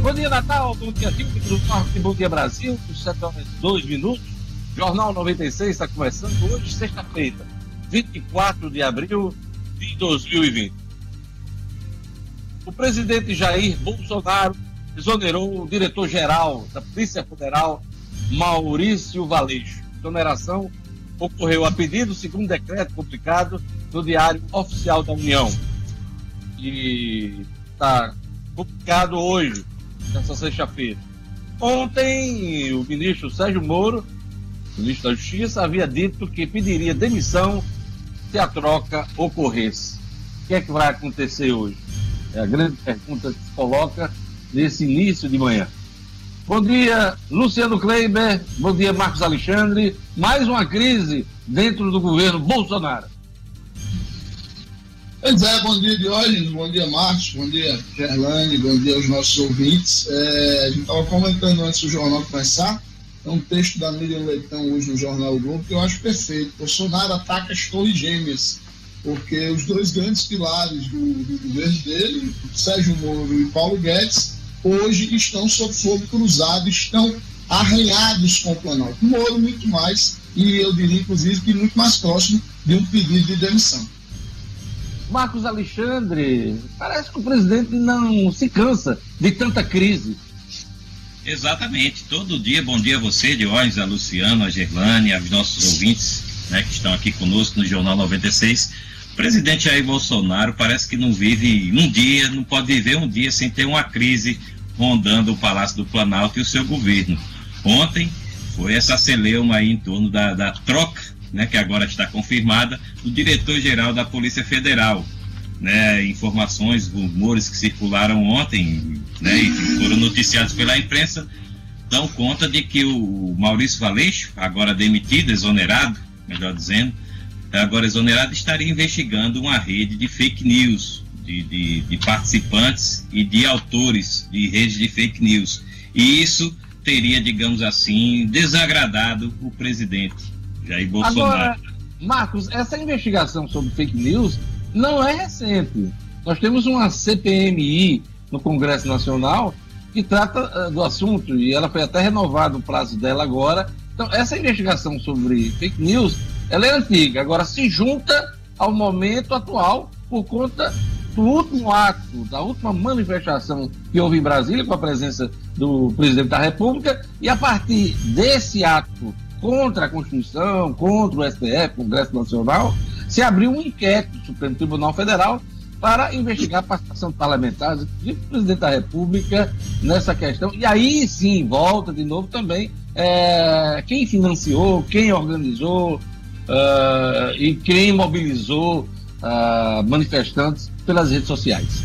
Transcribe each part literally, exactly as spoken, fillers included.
Bom dia, Natal, bom dia, Rio do Norte, bom dia, Brasil, sete horas e dois minutos. Jornal noventa e seis está começando hoje, sexta-feira, vinte e quatro de abril de dois mil e vinte. O presidente Jair Bolsonaro exonerou o diretor-geral da Polícia Federal, Maurício Valeixo. A exoneração ocorreu a pedido, segundo decreto publicado no Diário Oficial da União. E está publicado hoje, nessa sexta-feira. Ontem, o ministro Sérgio Moro, ministro da Justiça, havia dito que pediria demissão se a troca ocorresse. O que é que vai acontecer hoje? É a grande pergunta que se coloca nesse início de manhã. Bom dia, Luciano Kleiber. Bom dia, Marcos Alexandre. Mais uma crise dentro do governo Bolsonaro. Pois é, bom dia, Diógenes, bom dia, Marcos, bom dia, Gerlane, bom dia aos nossos ouvintes. É, a gente estava comentando antes do jornal começar, é um texto da Miriam Leitão hoje no Jornal o Globo, que eu acho perfeito. Bolsonaro ataca as torres gêmeas, porque os dois grandes pilares do, do governo dele, Sérgio Moro e Paulo Guedes, hoje estão sob fogo cruzado, estão arranhados com o Planalto. Moro muito mais, e eu diria inclusive que muito mais próximo de um pedido de demissão. Marcos Alexandre, parece que o presidente não se cansa de tanta crise. Exatamente, todo dia, bom dia a você, Diógenes, a Luciano, a Gerlane, aos nossos ouvintes, né, que estão aqui conosco no Jornal noventa e seis. O presidente Jair Bolsonaro parece que não vive um dia, não pode viver um dia sem ter uma crise rondando o Palácio do Planalto e o seu governo. Ontem foi essa celeuma aí em torno da, da troca, né, que agora está confirmada, do diretor-geral da Polícia Federal. Né, informações, rumores que circularam ontem, né, e que foram noticiados pela imprensa, dão conta de que o Maurício Valeixo, agora demitido, exonerado, melhor dizendo, agora exonerado, estaria investigando uma rede de fake news, de, de, de participantes e de autores de redes de fake news. E isso teria, digamos assim, desagradado o presidente Jair Bolsonaro. Agora, Marcos, essa investigação sobre fake news não é recente. Nós temos uma C P M I no Congresso Nacional que trata uh, do assunto, e ela foi até renovado o prazo dela agora. Então, essa investigação sobre fake news, ela é antiga, agora se junta ao momento atual por conta do último ato, da última manifestação que houve em Brasília com a presença do presidente da República, e a partir desse ato contra a Constituição, contra o S T F, Congresso Nacional, se abriu um inquérito do Supremo Tribunal Federal para investigar a participação parlamentar do presidente da República nessa questão. E aí sim, volta de novo também é, quem financiou, quem organizou uh, e quem mobilizou uh, manifestantes pelas redes sociais.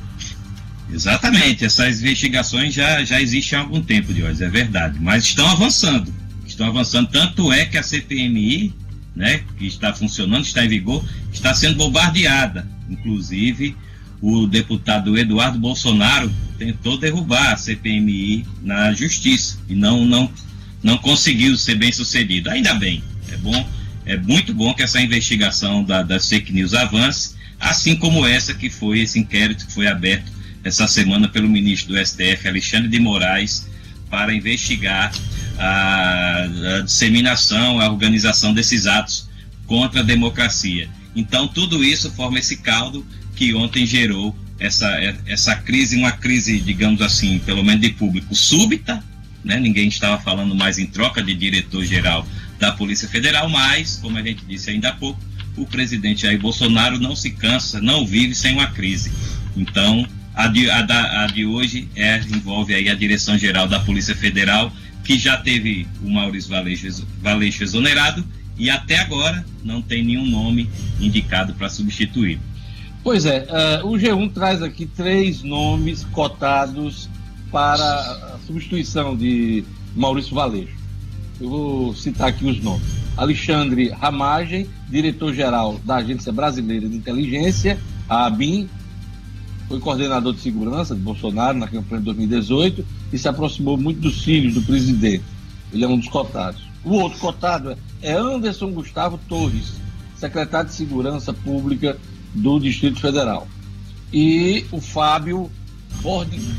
Exatamente, essas investigações já, já existem há algum tempo, Diógenes, é verdade, mas estão avançando. Estão avançando, tanto é que a C P M I, né, que está funcionando, está em vigor, está sendo bombardeada. Inclusive, o deputado Eduardo Bolsonaro tentou derrubar a C P M I na justiça e não, não, não conseguiu ser bem sucedido. Ainda bem, é bom, é muito bom que essa investigação da, das fake news avance, assim como essa que foi, esse inquérito que foi aberto essa semana pelo ministro do S T F, Alexandre de Moraes, para investigar a, a disseminação, a organização desses atos contra a democracia. Então, tudo isso forma esse caldo que ontem gerou essa, essa crise, uma crise, digamos assim, pelo menos de público, súbita, né? Ninguém estava falando mais em troca de diretor-geral da Polícia Federal, mas, como a gente disse ainda há pouco, o presidente Jair Bolsonaro não se cansa, não vive sem uma crise. Então, a de, a da, a de hoje é, envolve aí a Direção-Geral da Polícia Federal, que já teve o Maurício Valeixo, Valeixo exonerado, e até agora não tem nenhum nome indicado para substituir. Pois é, uh, o G um traz aqui três nomes cotados para a substituição de Maurício Valeixo. Eu vou citar aqui os nomes. Alexandre Ramagem, diretor-geral da Agência Brasileira de Inteligência, a ABIN, foi coordenador de segurança de Bolsonaro na campanha de dois mil e dezoito e se aproximou muito dos filhos do presidente. Ele é um dos cotados. O outro cotado é Anderson Gustavo Torres, secretário de Segurança Pública do Distrito Federal. E o Fábio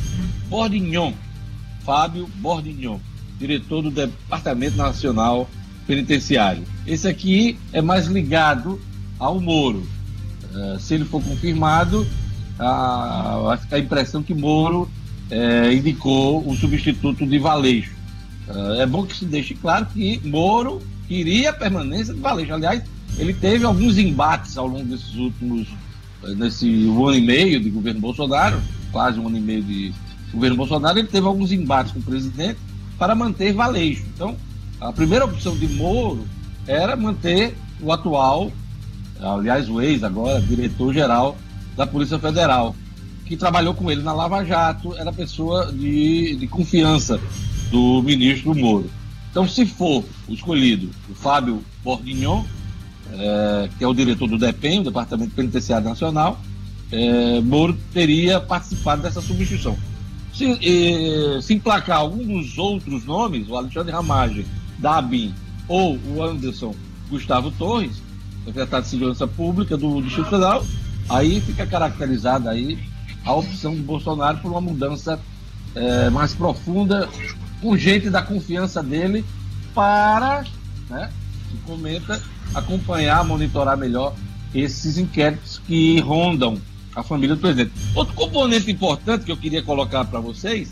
Bordignon, Fábio Bordignon, diretor do Departamento Nacional Penitenciário. Esse aqui é mais ligado ao Moro. Uh, se ele for confirmado, uh, vai ficar a impressão que Moro uh, indicou o substituto de Valeixo. Uh, é bom que se deixe claro que Moro queria a permanência de Valeixo. Aliás, ele teve alguns embates ao longo desses últimos, nesse um ano e meio de governo Bolsonaro, quase um ano e meio de governo Bolsonaro, ele teve alguns embates com o presidente para manter Valeixo. Então, a primeira opção de Moro era manter o atual, aliás, o ex agora, diretor-geral da Polícia Federal, que trabalhou com ele na Lava Jato, era pessoa de, de confiança do ministro Moro. Então, se for o escolhido o Fábio Bordignon, é, que é o diretor do DEPEN, o Departamento Penitenciário Nacional, é, Moro teria participado dessa substituição. Se, e, se emplacar algum dos outros nomes, o Alexandre Ramagem, da ABIN, ou o Anderson Gustavo Torres, secretário de Segurança Pública do Distrito Federal, aí fica caracterizada aí a opção de Bolsonaro por uma mudança é, mais profunda, urgente da confiança dele para, né, se comenta, acompanhar, monitorar melhor esses inquéritos que rondam a família do presidente. Outro componente importante que eu queria colocar para vocês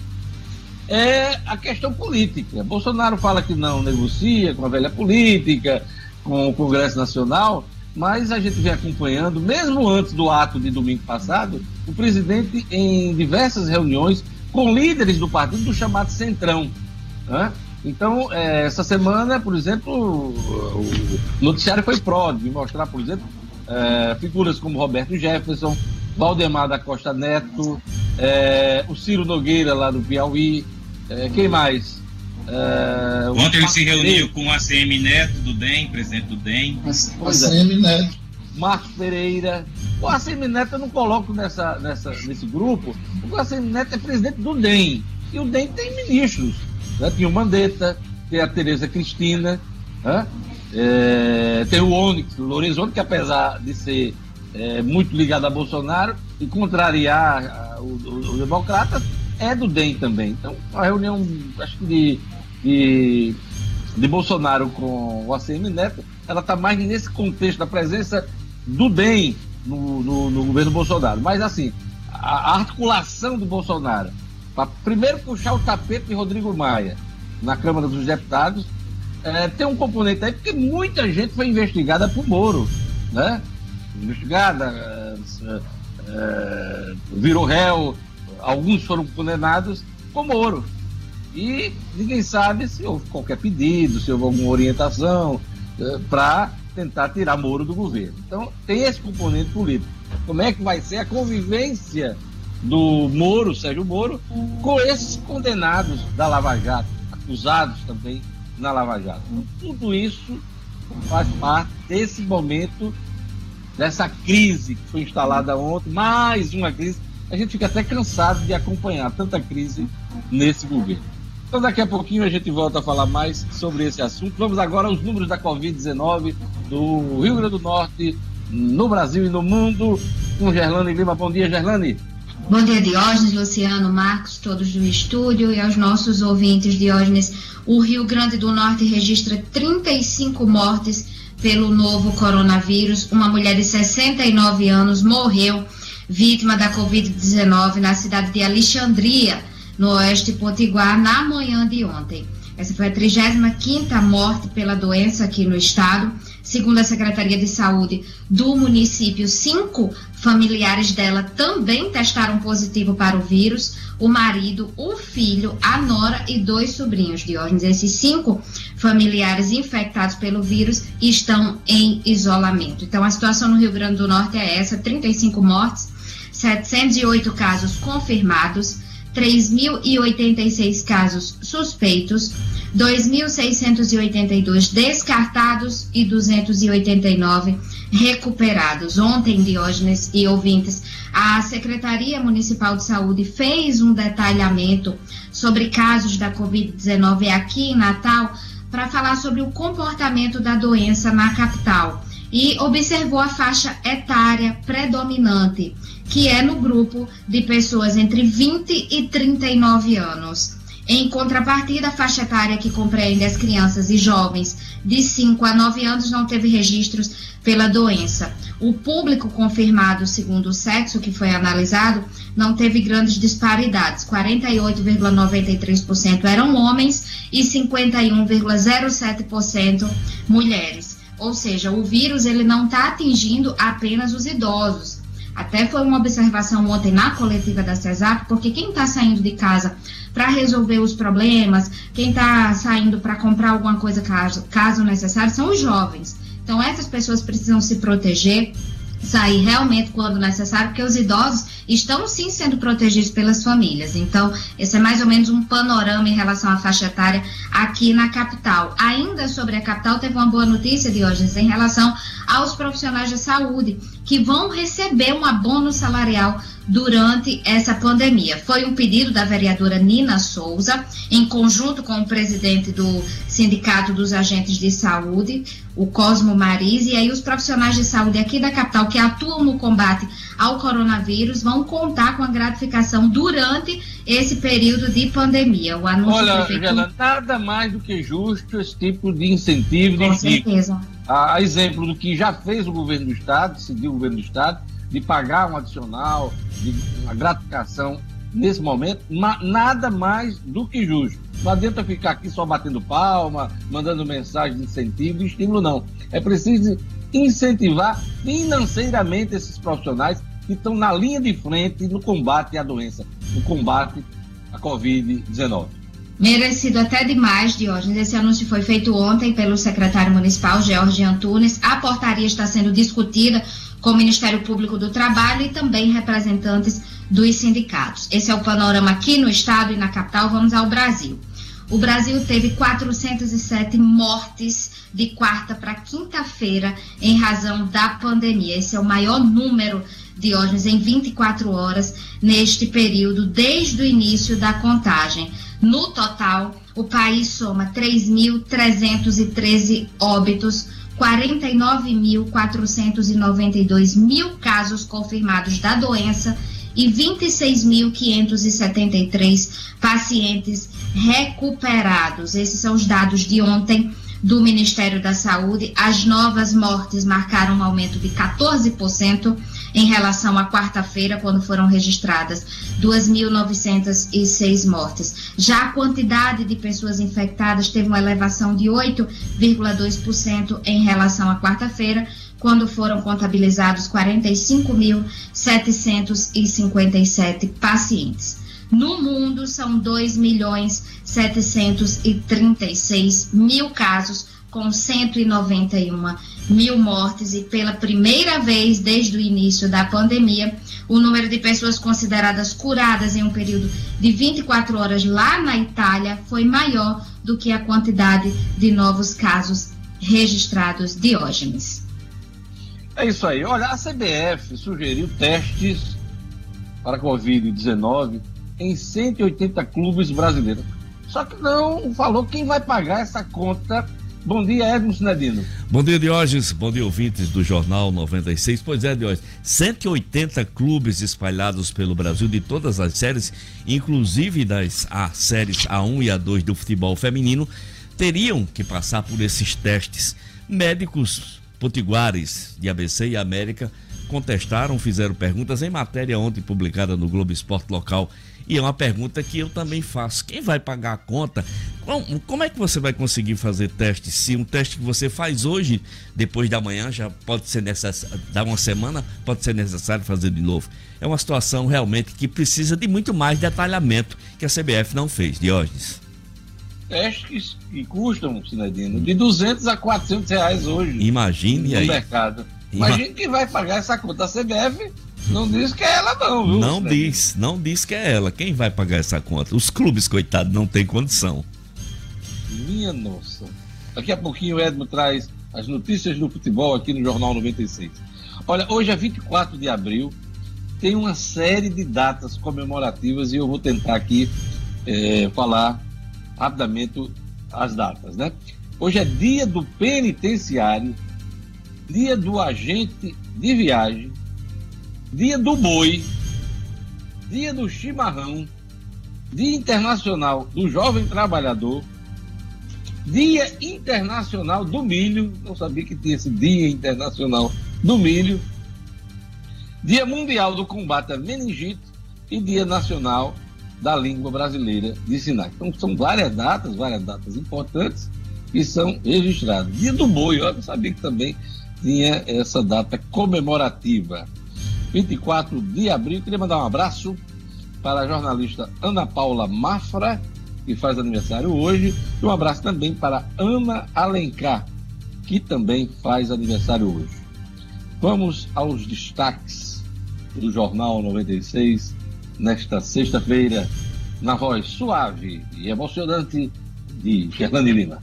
é a questão política. Bolsonaro fala que não negocia com a velha política, com o Congresso Nacional, mas a gente vem acompanhando, mesmo antes do ato de domingo passado, o presidente em diversas reuniões com líderes do partido do chamado Centrão, né? Então, é, essa semana, por exemplo, o noticiário foi pró de mostrar, por exemplo, é, figuras como Roberto Jefferson, Valdemar da Costa Neto, é, o Ciro Nogueira lá do Piauí, é, quem mais? É, Ontem ele se reuniu com o A C M Neto do D E M, presidente do D E M. A C M Neto. Marcos Pereira. O A C M Neto eu não coloco nessa, nessa, nesse grupo, porque o A C M Neto é presidente do D E M. E o D E M tem ministros. Né? Tem o Mandetta, tem a Tereza Cristina, né? É, tem o Onyx Lorenzoni, que apesar de ser é, muito ligado a Bolsonaro e contrariar a, o, o, o democrata, é do D E M também. Então, a reunião, acho que de, de, de Bolsonaro com o A C M Neto, ela está mais nesse contexto da presença do D E M no, no, no governo Bolsonaro. Mas, assim, a, a articulação do Bolsonaro para primeiro puxar o tapete de Rodrigo Maia na Câmara dos Deputados, é, tem um componente aí, porque muita gente foi investigada por Moro, né? Investigada, é, é, virou réu, alguns foram condenados por Moro. E ninguém sabe se houve qualquer pedido, se houve alguma orientação é, para tentar tirar Moro do governo. Então, tem esse componente político. Como é que vai ser a convivência do Moro, Sérgio Moro, com esses condenados da Lava Jato, acusados também na Lava Jato? Então, tudo isso faz parte desse momento, dessa crise que foi instalada ontem, mais uma crise. A gente fica até cansado de acompanhar tanta crise nesse governo. Então, daqui a pouquinho a gente volta a falar mais sobre esse assunto. Vamos agora aos números da covid dezenove do Rio Grande do Norte, no Brasil e no mundo, com Gerlane Lima. Bom dia, Gerlane. Bom dia, Diógenes, Luciano, Marcos, todos do estúdio e aos nossos ouvintes. Diógenes, o Rio Grande do Norte registra trinta e cinco mortes pelo novo coronavírus. Uma mulher de sessenta e nove anos morreu vítima da covid dezenove na cidade de Alexandria, no oeste potiguar, na manhã de ontem. Essa foi a trigésima quinta morte pela doença aqui no estado. Segundo a Secretaria de Saúde do município, cinco familiares dela também testaram positivo para o vírus. O marido, o filho, a nora e dois sobrinhos. Diógenes, esses cinco familiares infectados pelo vírus estão em isolamento. Então, a situação no Rio Grande do Norte é essa: trinta e cinco mortes, setecentos e oito casos confirmados, três mil e oitenta e seis casos suspeitos, dois mil seiscentos e oitenta e dois descartados e duzentos e oitenta e nove recuperados. Ontem, Diógenes e ouvintes, a Secretaria Municipal de Saúde fez um detalhamento sobre casos da covid dezenove aqui em Natal para falar sobre o comportamento da doença na capital. e observou a faixa etária predominante, que é no grupo de pessoas entre vinte e trinta e nove anos. Em contrapartida, a faixa etária que compreende as crianças e jovens de cinco a nove anos não teve registros pela doença. O público confirmado segundo o sexo que foi analisado não teve grandes disparidades. quarenta e oito vírgula noventa e três por cento eram homens e cinquenta e um vírgula zero sete por cento mulheres. Ou seja, o vírus ele não está atingindo apenas os idosos. Até foi uma observação ontem na coletiva da CESAP, porque quem está saindo de casa para resolver os problemas, quem está saindo para comprar alguma coisa caso, caso necessário, são os jovens. Então, essas pessoas precisam se proteger, sair realmente quando necessário, porque os idosos estão sim sendo protegidos pelas famílias. Então, esse é mais ou menos um panorama em relação à faixa etária aqui na capital. Ainda sobre a capital, teve uma boa notícia, Diógenes, em relação aos profissionais de saúde, que vão receber um abono salarial durante essa pandemia. Foi um pedido da vereadora Nina Souza, em conjunto com o presidente do Sindicato dos Agentes de Saúde, o Cosmo Marise, e aí os profissionais de saúde aqui da capital que atuam no combate ao coronavírus vão contar com a gratificação durante esse período de pandemia. O anúncio Olha, foi feito... Angela, nada mais do que justo esse tipo de incentivo. Com de certeza. A, a exemplo do que já fez o governo do Estado, decidiu o governo do Estado, de pagar um adicional, de uma gratificação nesse momento, ma, nada mais do que justo. Não adianta ficar aqui só batendo palma, mandando mensagem de incentivo, de estímulo, não. É preciso incentivar financeiramente esses profissionais que estão na linha de frente no combate à doença, no combate à covid dezenove. Merecido até demais, Diógenes. Esse anúncio foi feito ontem pelo secretário municipal, George Antunes. A portaria está sendo discutida com o Ministério Público do Trabalho e também representantes dos sindicatos. Esse é o panorama aqui no estado e na capital. Vamos ao Brasil. O Brasil teve quatrocentas e sete mortes de quarta para quinta-feira em razão da pandemia. Esse é o maior número, Diógenes, em vinte e quatro horas neste período, desde o início da contagem. No total, o país soma três mil trezentos e treze óbitos, quarenta e nove mil quatrocentos e noventa e dois mil casos confirmados da doença e vinte e seis mil quinhentos e setenta e três pacientes recuperados. Esses são os dados de ontem do Ministério da Saúde. As novas mortes marcaram um aumento de quatorze por cento em relação à quarta-feira, quando foram registradas duas mil novecentas e seis mortes. Já a quantidade de pessoas infectadas teve uma elevação de oito vírgula dois por cento em relação à quarta-feira, quando foram contabilizados quarenta e cinco mil setecentos e cinquenta e sete pacientes. No mundo, são dois milhões setecentos e trinta e seis mil casos, com cento e noventa e uma mil mortes, e pela primeira vez desde o início da pandemia, o número de pessoas consideradas curadas em um período de vinte e quatro horas lá na Itália foi maior do que a quantidade de novos casos registrados. Diógenes. É isso aí. Olha, a C B F sugeriu testes para covid dezenove em cento e oitenta clubes brasileiros. Só que não falou quem vai pagar essa conta. Bom dia, Edmo Sinedino. Bom dia, Diógenes. Bom dia, ouvintes do Jornal noventa e seis. Pois é, Diógenes, cento e oitenta clubes espalhados pelo Brasil de todas as séries, inclusive das a, séries A um e A dois do futebol feminino, teriam que passar por esses testes. Médicos potiguares de A B C e América contestaram, fizeram perguntas em matéria ontem publicada no Globo Esporte Local. E é uma pergunta que eu também faço. Quem vai pagar a conta? Como, como é que você vai conseguir fazer teste? Se um teste que você faz hoje, depois da manhã, já pode ser necessário, dar uma semana, pode ser necessário fazer de novo. É uma situação realmente que precisa de muito mais detalhamento que a C B F não fez, Diógenes. Testes que custam, Sinedino, de duzentos a quatrocentos reais hoje. Imagine no aí. mercado. Imagine Ima... quem vai pagar essa conta. A C B F não diz que é ela não, viu? Não diz, não diz que é ela. Quem vai pagar essa conta? Os clubes, coitados, não tem condição. Minha nossa. Daqui a pouquinho o Edmo traz as notícias do futebol aqui no Jornal noventa e seis. Olha, hoje é vinte e quatro de abril, tem uma série de datas comemorativas e eu vou tentar aqui é, falar rapidamente as datas, né? Hoje é dia do penitenciário, dia do agente de viagem, dia do boi, dia do chimarrão, dia internacional do jovem trabalhador, dia internacional do milho, não sabia que tinha esse dia internacional do milho, dia mundial do combate à meningite e dia nacional da língua brasileira de sinais. Então são várias datas, várias datas importantes que são registradas. Dia do boi, eu não sabia que também tinha essa data comemorativa. vinte e quatro de abril, queria mandar um abraço para a jornalista Ana Paula Mafra, que faz aniversário hoje, e um abraço também para Ana Alencar, que também faz aniversário hoje. Vamos aos destaques do Jornal noventa e seis, nesta sexta-feira, na voz suave e emocionante de Gerlane Lima.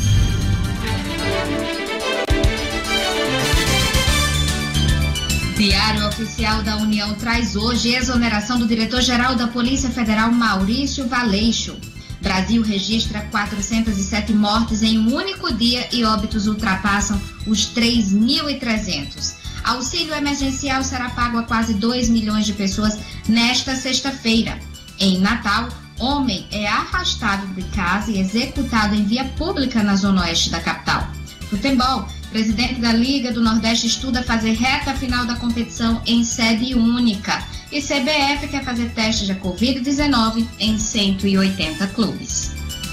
Diário Oficial da União traz hoje exoneração do diretor-geral da Polícia Federal, Maurício Valeixo. Brasil registra quatrocentas e sete mortes em um único dia e óbitos ultrapassam os três mil e trezentos. Auxílio emergencial será pago a quase dois milhões de pessoas nesta sexta-feira. Em Natal, homem é arrastado de casa e executado em via pública na zona oeste da capital. Futebol. Presidente da Liga do Nordeste estuda fazer reta final da competição em sede única. E C B F quer fazer teste de covid dezenove em cento e oitenta clubes.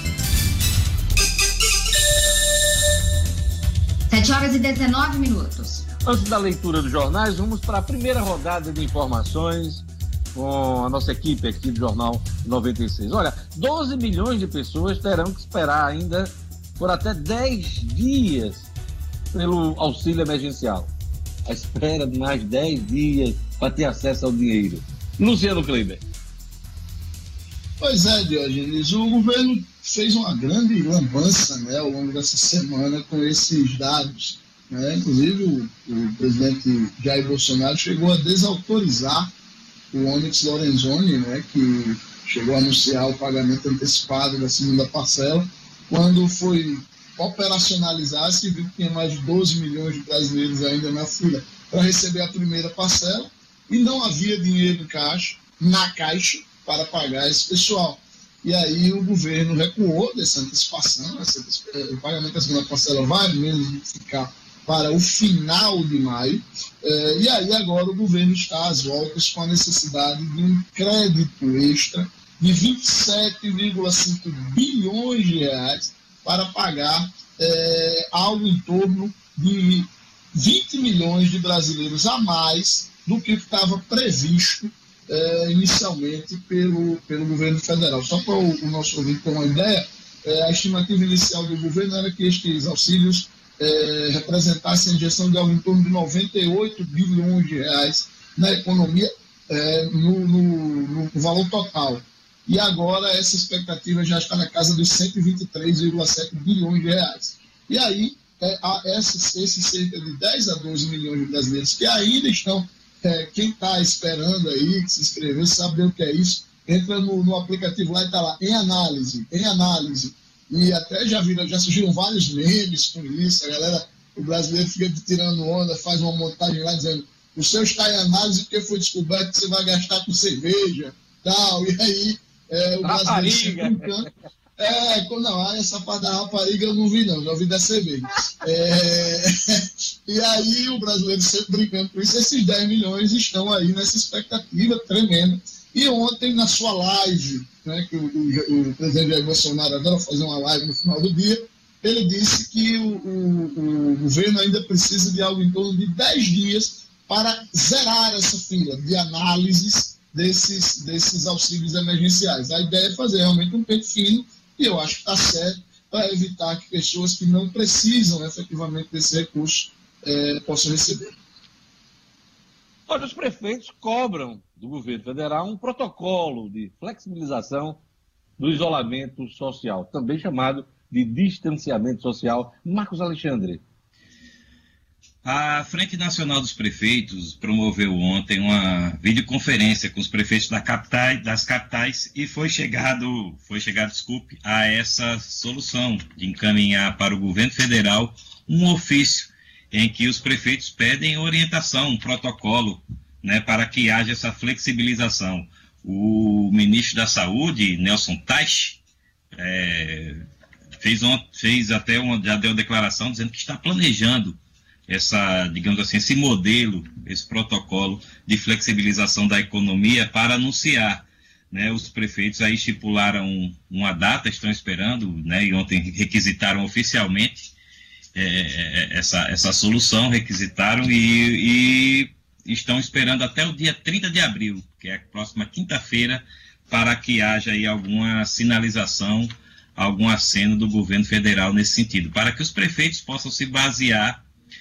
sete horas e dezenove minutos. Antes da leitura dos jornais, vamos para a primeira rodada de informações com a nossa equipe aqui do Jornal noventa e seis. Olha, doze milhões de pessoas terão que esperar ainda por até dez dias pelo auxílio emergencial. A espera de mais dez dias para ter acesso ao dinheiro. Luciano Kleiber. Pois é, Diógenes, o governo fez uma grande lambança, né, ao longo dessa semana com esses dados. Né? Inclusive, o, o presidente Jair Bolsonaro chegou a desautorizar o Onyx Lorenzoni, né, que chegou a anunciar o pagamento antecipado da segunda parcela, quando foi operacionalizar, se viu que tinha mais de doze milhões de brasileiros ainda na fila para receber a primeira parcela e não havia dinheiro em caixa, na caixa para pagar esse pessoal. E aí o governo recuou dessa antecipação, essa, o pagamento da segunda parcela vai mesmo ficar para o final de maio, eh, e aí agora o governo está às voltas com a necessidade de um crédito extra de vinte e sete vírgula cinco bilhões de reais para pagar é, algo em torno de vinte milhões de brasileiros a mais do que estava previsto é, inicialmente pelo, pelo governo federal. Só para o, o nosso ouvinte ter uma ideia, é, a estimativa inicial do governo era que estes auxílios é, representassem a injeção de algo em torno de noventa e oito bilhões de reais na economia, é, no, no, no valor total. E agora essa expectativa já está na casa dos cento e vinte e três vírgula sete bilhões de reais. E aí, é, há esses, esses cerca de dez a doze milhões de brasileiros que ainda estão, é, quem está esperando aí, que se inscreveu, sabe o que é isso, entra no, no aplicativo lá e está lá, em análise, em análise. E até já, viram, já surgiram vários memes com isso, a galera, o brasileiro fica tirando onda, faz uma montagem lá dizendo, o seu está em análise porque foi descoberto que você vai gastar com cerveja, tal, e aí... É, o rapariga. Brasileiro é, não, essa parte da rapariga eu não vi não, já vi da cerveja. É, e aí o brasileiro sempre brincando com isso, esses dez milhões estão aí nessa expectativa tremenda. E ontem, na sua live, né, que o, o, o presidente Jair Bolsonaro adora fazer uma live no final do dia, ele disse que o, o, o governo ainda precisa de algo em torno de dez dias para zerar essa fila de análises Desses, desses auxílios emergenciais. A ideia é fazer realmente um pente fino, e eu acho que está certo, para evitar que pessoas que não precisam efetivamente desse recurso é, possam receber. Olha, os prefeitos cobram do governo federal um protocolo de flexibilização do isolamento social, também chamado de distanciamento social. Marcos Alexandre. A Frente Nacional dos Prefeitos promoveu ontem uma videoconferência com os prefeitos da capital, das capitais e foi chegado, foi chegado, desculpe, a essa solução de encaminhar para o governo federal um ofício em que os prefeitos pedem orientação, um protocolo, né, para que haja essa flexibilização. O ministro da Saúde, Nelson Teich, é, fez, uma, fez até uma, já deu declaração dizendo que está planejando essa, digamos assim, esse modelo, esse protocolo de flexibilização da economia para anunciar, né? Os prefeitos aí estipularam uma data, estão esperando, né? E ontem requisitaram oficialmente é, essa, essa solução, requisitaram e, e estão esperando até o dia trinta de abril, que é a próxima quinta-feira, para que haja aí alguma sinalização, algum aceno do governo federal nesse sentido, para que os prefeitos possam se basear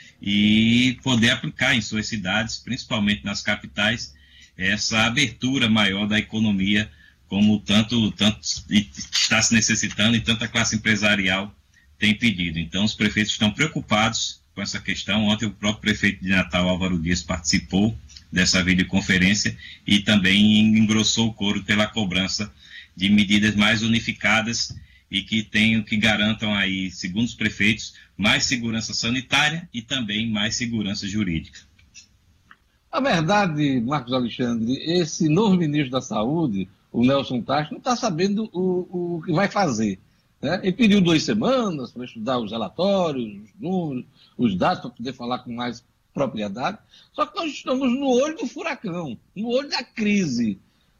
e poder aplicar em suas cidades, principalmente nas capitais, essa abertura maior da economia, como tanto, tanto está se necessitando e tanta classe empresarial tem pedido. Então, os prefeitos estão preocupados com essa questão. Ontem, o próprio prefeito de Natal, Álvaro Dias, participou dessa videoconferência e também engrossou o coro pela cobrança de medidas mais unificadas e que tenham, que garantam aí, segundo os prefeitos, mais segurança sanitária e também mais segurança jurídica. A verdade, Marcos Alexandre, esse novo ministro da Saúde, o Nelson Teich, não está sabendo o, o que vai fazer, né? Ele pediu duas semanas para estudar os relatórios, os números, os dados, para poder falar com mais propriedade. Só que nós estamos no olho do furacão, no olho da crise.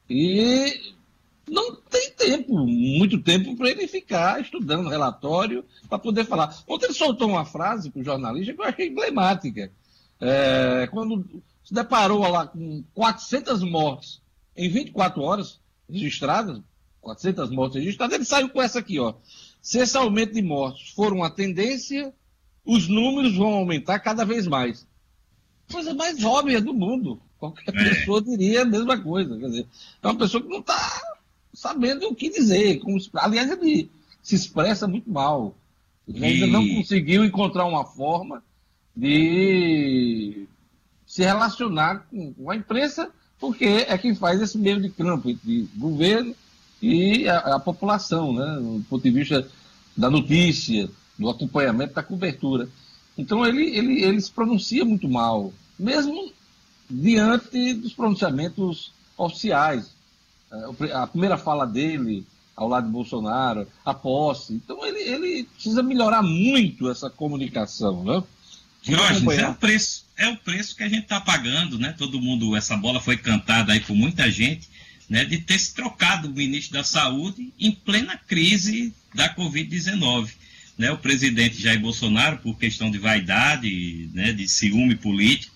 E não tem tempo, muito tempo, para ele ficar estudando relatório para poder falar. Ontem ele soltou uma frase para o jornalista que eu achei emblemática. É, quando se deparou lá com quatrocentas mortes em vinte e quatro horas registradas, quatrocentas mortes registradas, ele saiu com essa aqui, ó. Se esse aumento de mortes for uma tendência, os números vão aumentar cada vez mais. Coisa mais óbvia do mundo. Qualquer é. pessoa diria a mesma coisa. Quer dizer, é uma pessoa que não está sabendo o que dizer. Como, aliás, ele se expressa muito mal. Ele ainda não conseguiu encontrar uma forma de se relacionar com, com a imprensa, porque é quem faz esse meio de campo entre governo e a, a população, né, do ponto de vista da notícia, do acompanhamento, da cobertura. Então ele, ele, ele se pronuncia muito mal, mesmo diante dos pronunciamentos oficiais. A primeira fala dele ao lado de Bolsonaro, a posse. Então ele, ele precisa melhorar muito essa comunicação, né? Jorge, é o preço, é o preço que a gente está pagando, né? Todo mundo, essa bola foi cantada aí por muita gente, né? De ter se trocado o ministro da Saúde em plena crise da covid dezenove. Né? O presidente Jair Bolsonaro, por questão de vaidade, né? De ciúme político,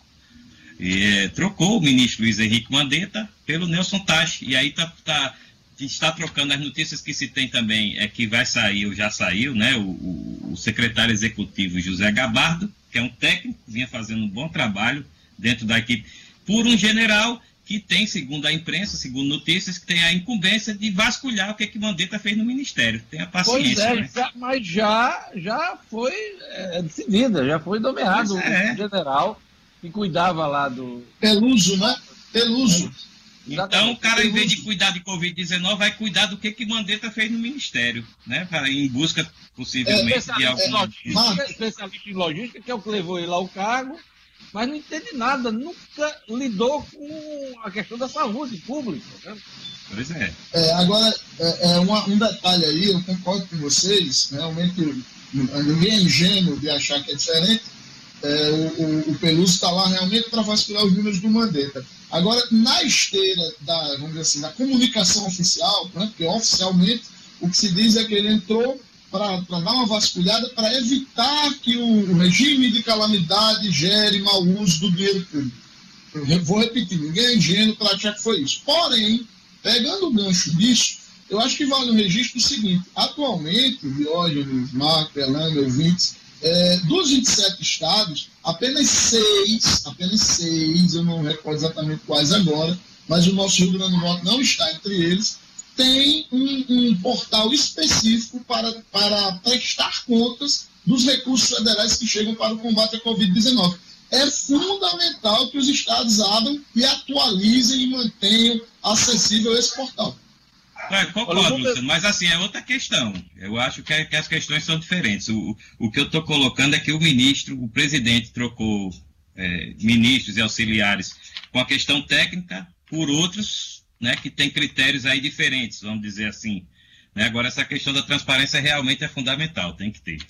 e, é, trocou o ministro Luiz Henrique Mandetta pelo Nelson Teich. E aí tá, tá, está trocando as notícias que se tem também, é que vai sair, ou já saiu, né? O, o, o secretário executivo José Gabardo, que é um técnico, vinha fazendo um bom trabalho dentro da equipe, por um general que tem, segundo a imprensa, segundo notícias, que tem a incumbência de vasculhar o que, que Mandetta fez no Ministério. Tenha paciência. Pois é, né? já, mas já, já foi é, decidida, já foi nomeado é. um general que cuidava lá do... Peluso, né? Peluso. Então, o cara, em vez de cuidar de covid dezenove, vai cuidar do que, que Mandetta fez no Ministério, né? Em busca, possivelmente, é, de algum... É, especialista em logística, que é o que levou ele ao cargo, mas não entende nada, nunca lidou com a questão da saúde pública. Né? Pois é. é agora, é, é uma, um detalhe aí, eu concordo com vocês, realmente ninguém é ingênuo de achar que é diferente. É, o, o, o Peluso está lá realmente para vasculhar os números do Mandetta. Agora, na esteira da, vamos dizer assim, da comunicação oficial, né, porque oficialmente o que se diz é que ele entrou para dar uma vasculhada para evitar que o, o regime de calamidade gere mau uso do dinheiro público. Eu vou repetir, ninguém é ingênuo para achar que foi isso. Porém, pegando o gancho disso, eu acho que vale o registro do seguinte: atualmente, Diógenes, Marco, Elane, ouvintes, É, dos vinte e sete estados, apenas seis, apenas seis, eu não recordo exatamente quais agora, mas o nosso Rio Grande do Norte não está entre eles, tem um, um portal específico para, para prestar contas dos recursos federais que chegam para o combate à covid dezenove. É fundamental que os estados abram e atualizem e mantenham acessível esse portal. É, concordo, Luciano, mas assim, é outra questão. Eu acho que, é, que as questões são diferentes. O, o que eu estou colocando é que o ministro, o presidente trocou é, ministros e auxiliares com a questão técnica por outros, né, que têm critérios aí diferentes, vamos dizer assim. Né? Agora, essa questão da transparência realmente é fundamental, tem que ter.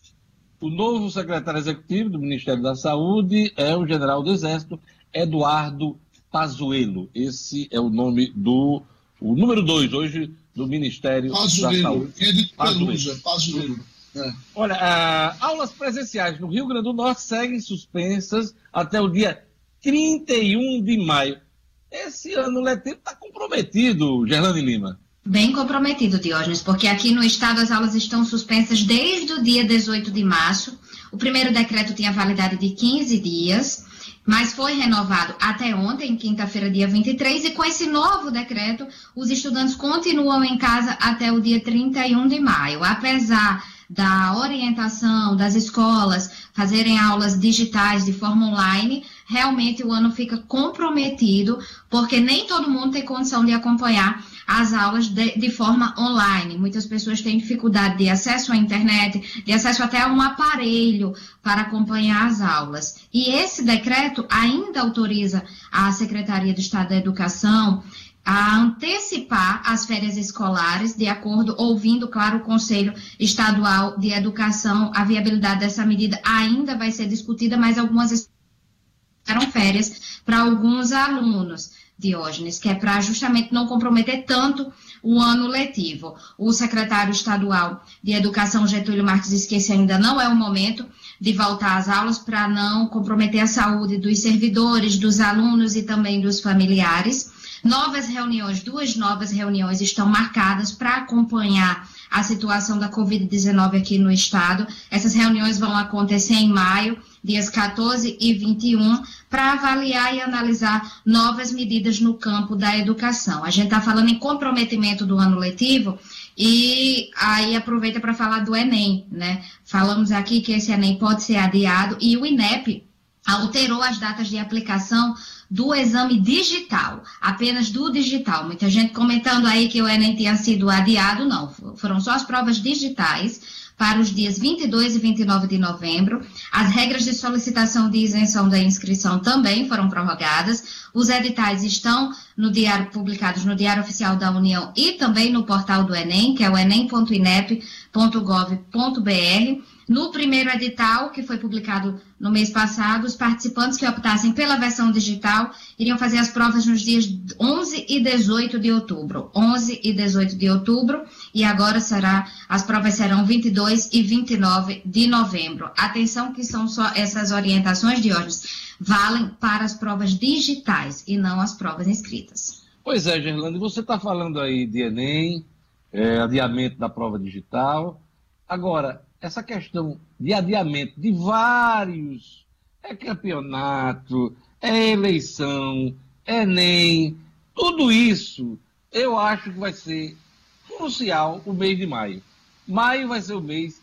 O novo secretário executivo do Ministério da Saúde é o general do Exército, Eduardo Pazuello. Esse é o nome do... o número dois hoje do Ministério Pazuello, da Saúde. que é de Pelusa, Pazuello. É. Olha, ah, aulas presenciais no Rio Grande do Norte seguem suspensas até o dia trinta e um de maio. Esse ano letivo está comprometido, Gerlane Lima. Bem comprometido, Diógenes, porque aqui no estado as aulas estão suspensas desde o dia dezoito de março. O primeiro decreto tinha validade de quinze dias, mas foi renovado até ontem, quinta-feira, dia vinte e três, e com esse novo decreto, os estudantes continuam em casa até o dia trinta e um de maio. Apesar da orientação das escolas fazerem aulas digitais de forma online, realmente o ano fica comprometido, porque nem todo mundo tem condição de acompanhar as aulas de, de forma online. Muitas pessoas têm dificuldade de acesso à internet, de acesso até a um aparelho para acompanhar as aulas. E esse decreto ainda autoriza a Secretaria de Estado da Educação a antecipar as férias escolares, de acordo, ouvindo, claro, o Conselho Estadual de Educação. A viabilidade dessa medida ainda vai ser discutida, mas algumas eram férias para alguns alunos, Diógenes, que é para justamente não comprometer tanto o ano letivo. O secretário estadual de Educação, Getúlio Marques, disse que esse ainda não é o momento de voltar às aulas para não comprometer a saúde dos servidores, dos alunos e também dos familiares. Novas reuniões, duas novas reuniões estão marcadas para acompanhar a situação da covid dezenove aqui no estado. Essas reuniões vão acontecer em maio, dias quatorze e vinte e um, para avaliar e analisar novas medidas no campo da educação. A gente está falando em comprometimento do ano letivo e aí aproveita para falar do Enem, né? Falamos aqui que esse Enem pode ser adiado e o INEP alterou as datas de aplicação do exame digital, apenas do digital. Muita gente comentando aí que o Enem tinha sido adiado, não, foram só as provas digitais para os dias vinte e dois e vinte e nove de novembro. As regras de solicitação de isenção da inscrição também foram prorrogadas. Os editais estão no diário, publicados no Diário Oficial da União e também no portal do Enem, que é o enem ponto inep ponto gov ponto br. No primeiro edital, que foi publicado no mês passado, os participantes que optassem pela versão digital iriam fazer as provas nos dias onze e dezoito de outubro. onze e dezoito de outubro, e agora será, as provas serão vinte e dois e vinte e nove de novembro. Atenção que são só essas orientações de hoje, valem para as provas digitais e não as provas inscritas. Pois é, Gerlane, você está falando aí de Enem, é, adiamento da prova digital. Agora, essa questão de adiamento de vários, é campeonato, é eleição, é Enem, tudo isso, eu acho que vai ser crucial o mês de maio. Maio vai ser o mês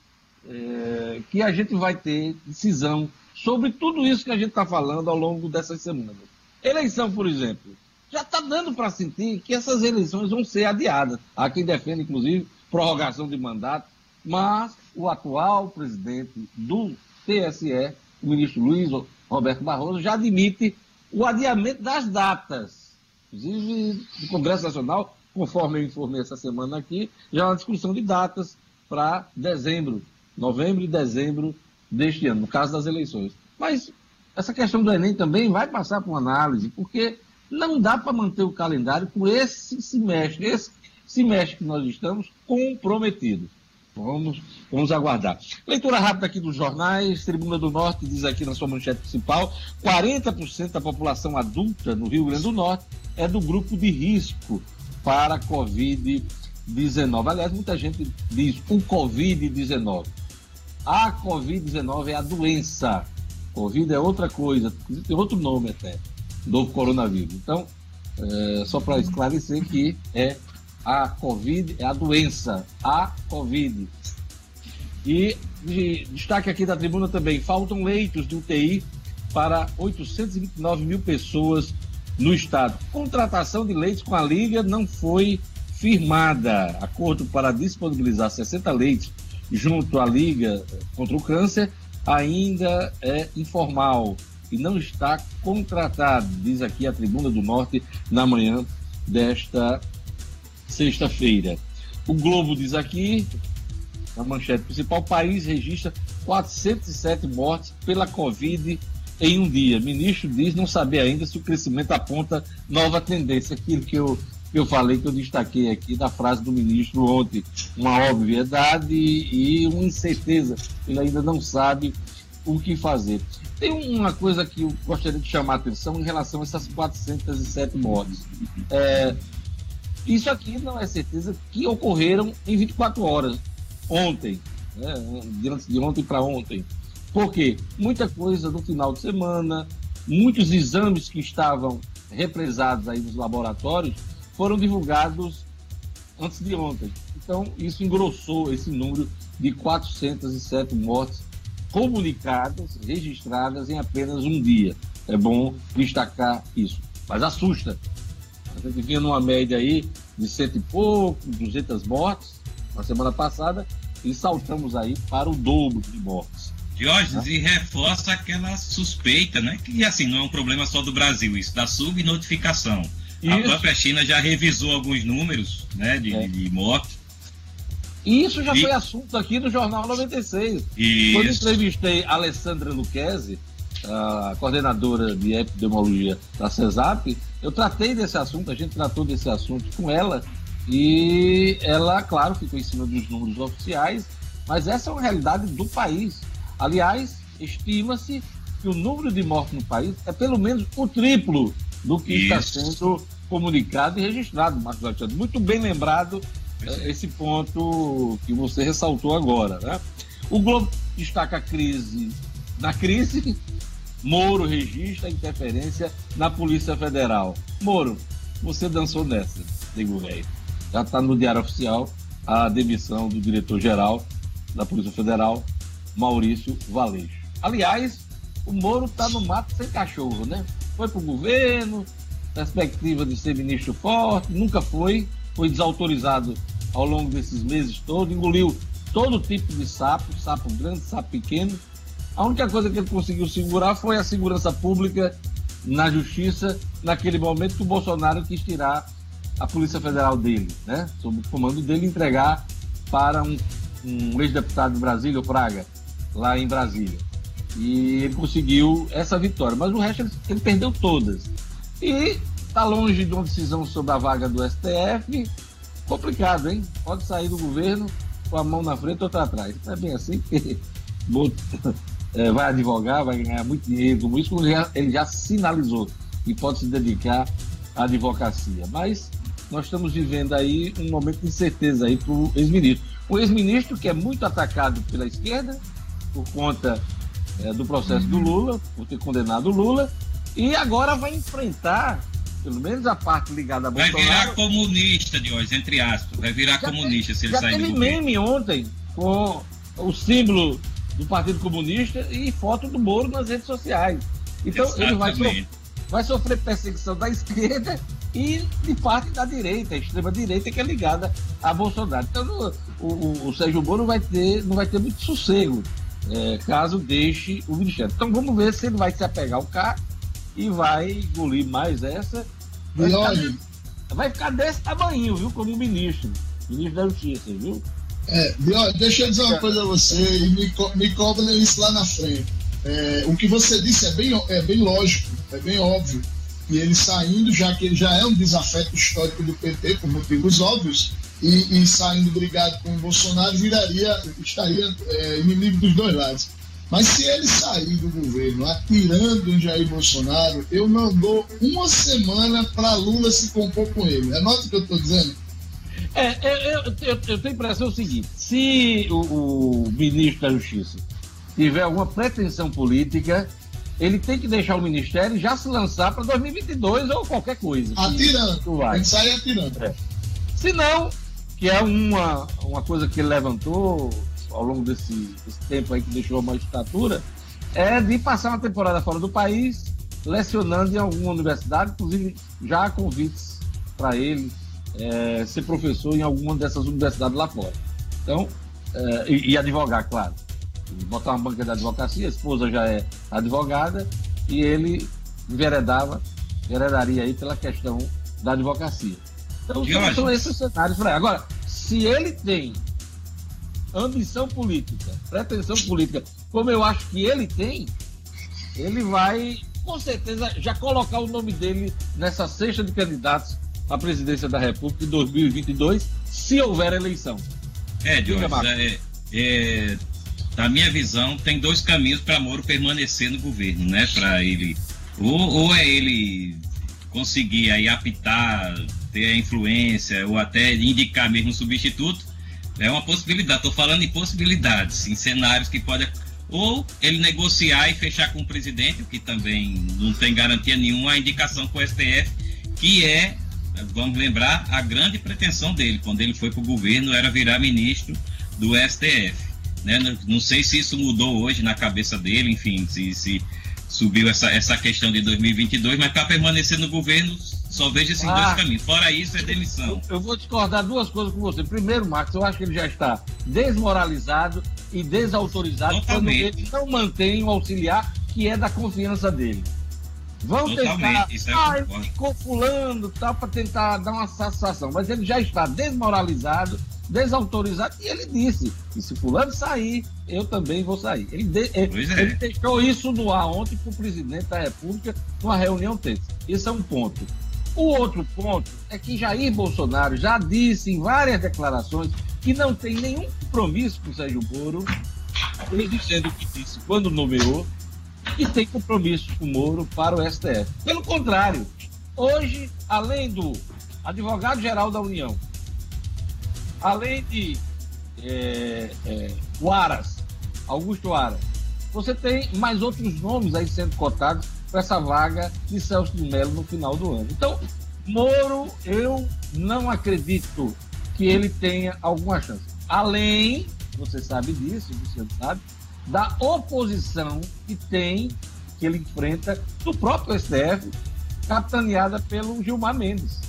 é, que a gente vai ter decisão sobre tudo isso que a gente está falando ao longo dessas semanas. Eleição, por exemplo, já está dando para sentir que essas eleições vão ser adiadas. Há quem defende, inclusive, prorrogação de mandato, mas o atual presidente do T S E, o ministro Luiz Roberto Barroso, já admite o adiamento das datas. Inclusive, no Congresso Nacional, conforme eu informei essa semana aqui, já há uma discussão de datas para dezembro, novembro e dezembro deste ano, no caso das eleições. Mas essa questão do Enem também vai passar por uma análise, porque não dá para manter o calendário por esse semestre, esse semestre que nós estamos comprometidos. Vamos, vamos aguardar. Leitura rápida aqui dos jornais. Tribuna do Norte diz aqui na sua manchete principal: quarenta por cento da população adulta no Rio Grande do Norte é do grupo de risco para a covid dezenove. Aliás, muita gente diz o covid dezenove. A covid dezenove é a doença. Covid é outra coisa, tem outro nome até, do coronavírus. Então, é, só para esclarecer que é a Covid, é a doença, a Covid. E de destaque aqui da tribuna também, faltam leitos de U T I para oitocentos e vinte e nove mil pessoas no estado. Contratação de leitos com a Liga não foi firmada. Acordo para disponibilizar sessenta leitos junto à Liga contra o Câncer ainda é informal e não está contratado, diz aqui a Tribuna do Norte na manhã desta sexta-feira. O Globo diz aqui, na manchete principal, o país registra quatrocentos e sete mortes pela Covid em um dia. O ministro diz não saber ainda se o crescimento aponta nova tendência. Aquilo que eu, que eu falei, que eu destaquei aqui da frase do ministro ontem. Uma obviedade e, e uma incerteza. Ele ainda não sabe o que fazer. Tem uma coisa que eu gostaria de chamar a atenção em relação a essas quatrocentos e sete mortes. É, isso aqui não é certeza que ocorreram em vinte e quatro horas. Ontem, né, de ontem para ontem. Por quê? Muita coisa no final de semana, muitos exames que estavam represados aí nos laboratórios foram divulgados antes de ontem. Então, isso engrossou esse número de quatrocentos e sete mortes comunicadas, registradas em apenas um dia. É bom destacar isso. Mas assusta. A gente vinha numa média aí de cento e pouco, duzentas mortes na semana passada, e saltamos aí para o dobro de mortes. Diógenes, e reforça aquela suspeita, né? Que assim, não é um problema só do Brasil, isso da subnotificação. Isso. A própria China já revisou alguns números, né, de, é. de mortes. E isso já e... foi assunto aqui no Jornal noventa e seis. Isso. Quando entrevistei a Alessandra Lucchesi, a coordenadora de epidemiologia da CESAP, eu tratei desse assunto, a gente tratou desse assunto com ela, e ela, claro, ficou em cima dos números oficiais, mas essa é uma realidade do país. Aliás, estima-se que o número de mortes no país é pelo menos o triplo do que Isso. está sendo comunicado e registrado, Marcos Alexandre. Muito bem lembrado é, esse ponto que você ressaltou agora, né? O Globo destaca a crise. Na crise, Moro registra a interferência na Polícia Federal. Moro, você dançou nessa, digo velho. Já está no Diário Oficial a demissão do diretor-geral da Polícia Federal, Maurício Valeixo. Aliás, o Moro está no mato sem cachorro, né? Foi para o governo, perspectiva de ser ministro forte, nunca foi, foi desautorizado ao longo desses meses todos, engoliu todo tipo de sapo, sapo grande, sapo pequeno. A única coisa que ele conseguiu segurar foi a segurança pública na justiça, naquele momento que o Bolsonaro quis tirar a Polícia Federal dele, né? Sob o comando dele, entregar para um, um ex-deputado de Brasília, o Fraga, lá em Brasília. E ele conseguiu essa vitória, mas o resto ele, ele perdeu todas. E está longe de uma decisão sobre a vaga do S T F. Complicado, hein? Pode sair do governo com a mão na frente ou outra atrás. Não é bem assim que é, vai advogar, vai ganhar muito dinheiro com isso, ele já, ele já sinalizou que pode se dedicar à advocacia. Mas nós estamos vivendo aí um momento de incerteza aí para o ex-ministro. O ex-ministro que é muito atacado pela esquerda por conta é, do processo do Lula, por ter condenado o Lula, e agora vai enfrentar, pelo menos a parte ligada a Bolsonaro. Vai virar comunista, Diógenes, entre aspas. Vai virar já comunista tem, se ele sair do governo. Já teve meme ontem com o símbolo do Partido Comunista e foto do Moro nas redes sociais. Então Exatamente. ele vai, so, vai sofrer perseguição da esquerda e de parte da direita, a extrema-direita que é ligada a Bolsonaro. Então no, o, o Sérgio Moro não vai ter, não vai ter muito sossego é, caso deixe o ministério. Então vamos ver se ele vai se apegar ao cargo e vai engolir mais essa. Vai ficar, vai ficar desse tamanho, viu? Como ministro, ministro da Justiça, viu? É, deixa eu dizer uma coisa a você e me, co me cobra isso lá na frente. É, o que você disse é bem, é bem lógico, é bem óbvio. E ele saindo, já que ele já é um desafeto histórico do P T, por motivos óbvios, e, e saindo brigado com o Bolsonaro, viraria, estaria é, inimigo dos dois lados. Mas se ele sair do governo atirando em Jair Bolsonaro, eu não dou uma semana para Lula se compor com ele. Anota o que eu estou dizendo. É, eu, eu, eu, eu tenho a impressão o seguinte: se o, o ministro da Justiça tiver alguma pretensão política, ele tem que deixar o ministério e já se lançar para dois mil e vinte e dois ou qualquer coisa. Atirando, vai. Tem que sair atirando. É. Se não, que é uma, uma coisa que ele levantou ao longo desse, desse tempo aí que deixou a magistratura, é de passar uma temporada fora do país, lecionando em alguma universidade, inclusive já há convites para ele é, ser professor em alguma dessas universidades lá fora. Então, é, e, e advogar, claro. E botar uma banca de advocacia, a esposa já é advogada, e ele enveredava, enveredaria aí pela questão da advocacia. Então, são, são esses cenários para ele. Agora, se ele tem ambição política, pretensão política, como eu acho que ele tem, ele vai, com certeza, já colocar o nome dele nessa cesta de candidatos à presidência da República em dois mil e vinte e dois, se houver eleição. É, Jorge, é, é, na minha visão, tem dois caminhos para Moro permanecer no governo, né? Para ele, ou, ou é ele conseguir aí apitar, ter a influência, ou até indicar mesmo um substituto, é uma possibilidade. Estou falando em possibilidades, em cenários que podem... Ou ele negociar e fechar com o presidente, o que também não tem garantia nenhuma, a indicação com o S T F, que é, vamos lembrar, a grande pretensão dele, quando ele foi para o governo, era virar ministro do S T F. Né? Não, não sei se isso mudou hoje na cabeça dele, enfim, se, se subiu essa, essa questão de dois mil e vinte e dois, mas para permanecer no governo, só vejo esses ah, dois caminhos. Fora isso, é demissão. Eu, eu vou discordar duas coisas com você. Primeiro, Marcos, eu acho que ele já está desmoralizado e desautorizado. Totalmente. Quando ele não mantém o auxiliar que é da confiança dele. Vão tentar, isso é ah, ele ficou fulano, tá, para tentar dar uma satisfação, mas ele já está desmoralizado, desautorizado, e ele disse, e se fulano sair, eu também vou sair. Ele, de, ele, é. ele deixou isso no ar ontem para o presidente da República numa reunião tensa. Esse é um ponto. O outro ponto é que Jair Bolsonaro já disse em várias declarações que não tem nenhum compromisso com o Sérgio Moro, ele dizendo o que disse quando nomeou, e tem compromisso com o Moro para o S T F. Pelo contrário, hoje, além do advogado-geral da União, além de é, é, o Aras, Augusto Aras, você tem mais outros nomes aí sendo cotados para essa vaga de Celso de Mello no final do ano. Então, Moro, eu não acredito que ele tenha alguma chance. Além, você sabe disso, você sabe, da oposição que tem, que ele enfrenta do próprio S T F, capitaneada pelo Gilmar Mendes.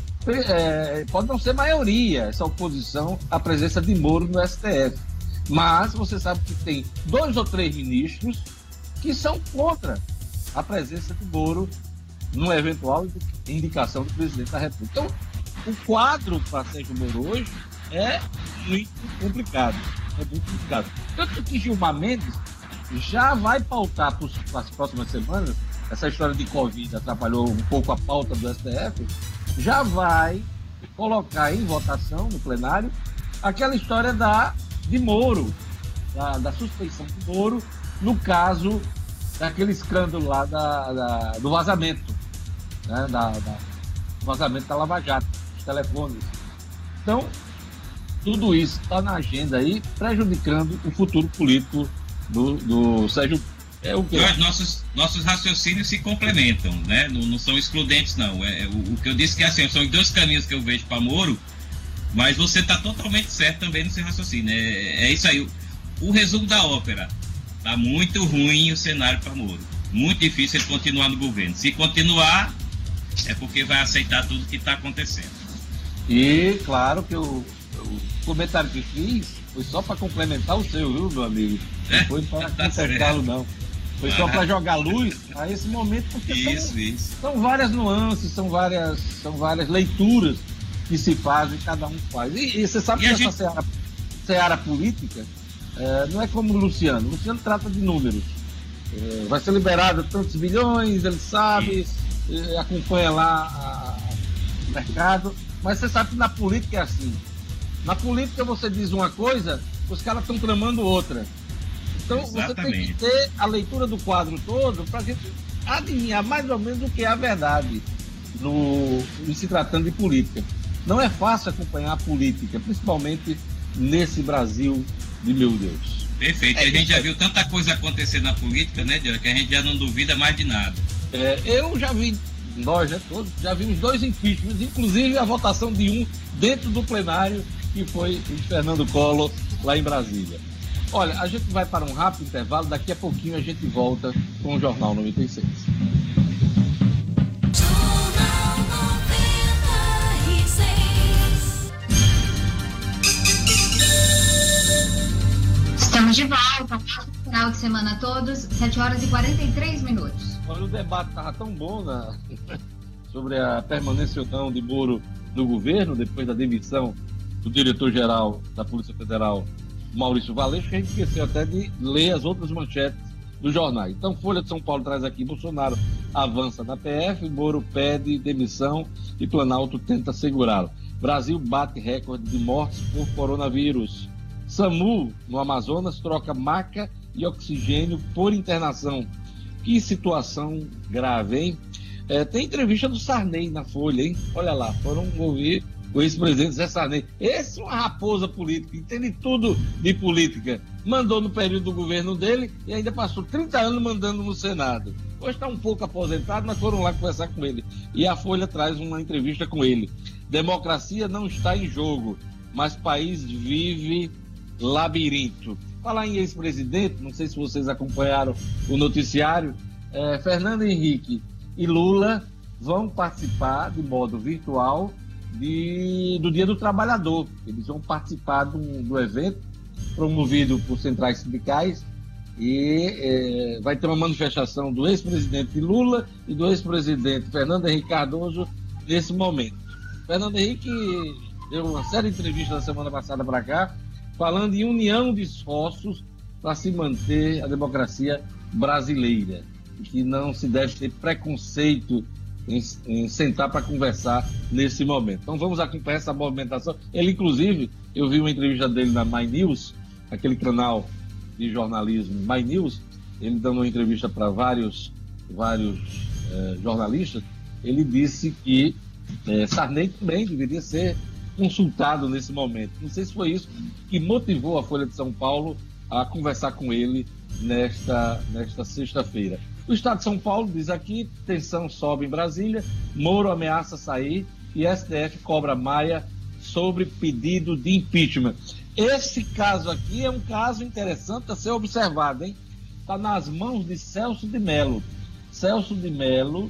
É, pode não ser maioria essa oposição à presença de Moro no S T F, mas você sabe que tem dois ou três ministros que são contra a presença de Moro numa eventual indicação do presidente da República. Então, o quadro para Sérgio Moro hoje é muito complicado. É muito complicado. Tanto que Gilmar Mendes já vai pautar para as próximas semanas, essa história de Covid atrapalhou um pouco a pauta do S T F, já vai colocar em votação no plenário aquela história da, de Moro, da, da suspeição de Moro, no caso daquele escândalo lá da, da, do vazamento, né, da, da, do vazamento da Lava Jato, dos telefones. Então, tudo isso está na agenda aí, prejudicando o futuro político do, do Sérgio. É o que Nós, nossos, nossos raciocínios se complementam, né? Não, não são excludentes, não. É, o, o que eu disse que é assim, são os dois caminhos que eu vejo para Moro, mas você está totalmente certo também no seu raciocínio. É, é isso aí. O, o resumo da ópera. Está muito ruim o cenário para Moro. Muito difícil ele continuar no governo. Se continuar, é porque vai aceitar tudo que está acontecendo. E claro que o, o comentário que fiz foi só para complementar o seu, viu, meu amigo? Não foi para consertá-lo, não. Foi só para jogar luz a esse momento, porque isso, são, isso. são várias nuances, são várias, são várias leituras que se fazem, cada um faz. E, e você sabe e que essa gente... seara, seara política é, não é como o Luciano. O Luciano trata de números. É, vai ser liberado tantos bilhões, ele sabe, é, acompanha lá o mercado. Mas você sabe que na política é assim. Na política você diz uma coisa, os caras estão tramando outra. Então Exatamente. Você tem que ter a leitura do quadro todo para a gente adivinhar mais ou menos o que é a verdade no, em se tratando de política. Não é fácil acompanhar a política, principalmente nesse Brasil de meu Deus. Perfeito. É, a gente já viu tanta coisa acontecer na política, né, Diego, que a gente já não duvida mais de nada. É, eu já vi, nós né, todos, já vimos dois impeachments, inclusive a votação de um dentro do plenário, que foi de Fernando Collor, lá em Brasília. Olha, a gente vai para um rápido intervalo, daqui a pouquinho a gente volta com o Jornal noventa e seis. Jornal noventa e seis. Final de semana a todos, sete horas e quarenta e três minutos. Olha, o debate estava tão bom na... sobre a permanência ou não de Moro no governo, depois da demissão do diretor-geral da Polícia Federal, Maurício Valeixo, que a gente esqueceu até de ler as outras manchetes do jornal. Então, Folha de São Paulo traz aqui: Bolsonaro avança na P F, Moro pede demissão e Planalto tenta segurá-lo. Brasil bate recorde de mortes por coronavírus. SAMU, no Amazonas, troca maca e oxigênio por internação. Que situação grave, hein? É, tem entrevista do Sarney na Folha, hein? Olha lá, foram ouvir o ex-presidente Zé Sarney. Esse é uma raposa política, entende tudo de política. Mandou no período do governo dele e ainda passou trinta anos mandando no Senado. Hoje está um pouco aposentado, mas foram lá conversar com ele. E a Folha traz uma entrevista com ele. Democracia não está em jogo, mas país vive labirinto. Falar em ex-presidente, não sei se vocês acompanharam o noticiário, é, Fernando Henrique e Lula vão participar de modo virtual de, do Dia do Trabalhador. Eles vão participar do, do evento promovido por centrais sindicais e é, vai ter uma manifestação do ex-presidente Lula e do ex-presidente Fernando Henrique Cardoso nesse momento. Fernando Henrique deu uma série de entrevistas na semana passada para cá, falando em união de esforços para se manter a democracia brasileira, e que não se deve ter preconceito em, em sentar para conversar nesse momento. Então vamos acompanhar essa movimentação. Ele, inclusive, eu vi uma entrevista dele na My News, aquele canal de jornalismo My News, ele dando uma entrevista para vários, vários eh, jornalistas. Ele disse que eh, Sarney também deveria ser consultado nesse momento. Não sei se foi isso que motivou a Folha de São Paulo a conversar com ele nesta, nesta sexta-feira. O Estado de São Paulo diz aqui: tensão sobe em Brasília, Moro ameaça sair e S T F cobra Maia sobre pedido de impeachment. Esse caso aqui é um caso interessante a ser observado, hein? Está nas mãos de Celso de Mello. Celso de Mello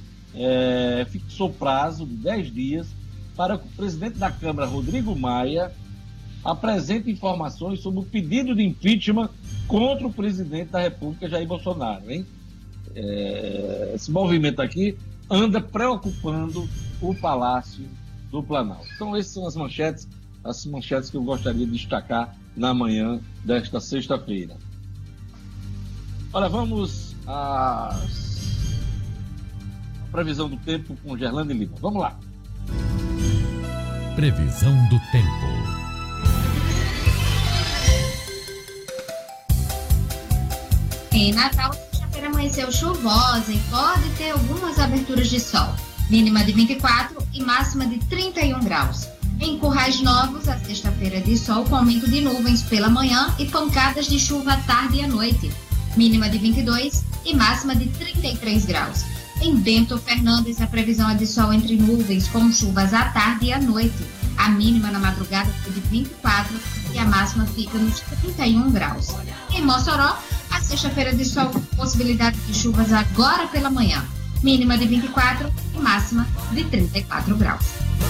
é, fixou prazo de dez dias para que o presidente da Câmara, Rodrigo Maia, apresente informações sobre o pedido de impeachment contra o presidente da República, Jair Bolsonaro, hein? É, esse movimento aqui anda preocupando o Palácio do Planalto. Então, essas são as manchetes, as manchetes que eu gostaria de destacar na manhã desta sexta-feira. Olha, vamos à previsão do tempo com Gerlane Lima. Vamos lá. Previsão do tempo. Em Natal, sexta-feira amanheceu chuvosa e pode ter algumas aberturas de sol. Mínima de vinte e quatro e máxima de trinta e um graus. Em Currais Novos, a sexta-feira de sol com aumento de nuvens pela manhã e pancadas de chuva à tarde e à noite. Mínima de vinte e dois e máxima de trinta e três graus. Em Bento Fernandes, a previsão é de sol entre nuvens com chuvas à tarde e à noite. A mínima na madrugada foi de vinte e quatro e a máxima fica nos trinta e um graus. Em Mossoró, a sexta-feira de sol com possibilidade de chuvas agora pela manhã. Mínima de vinte e quatro e máxima de trinta e quatro graus.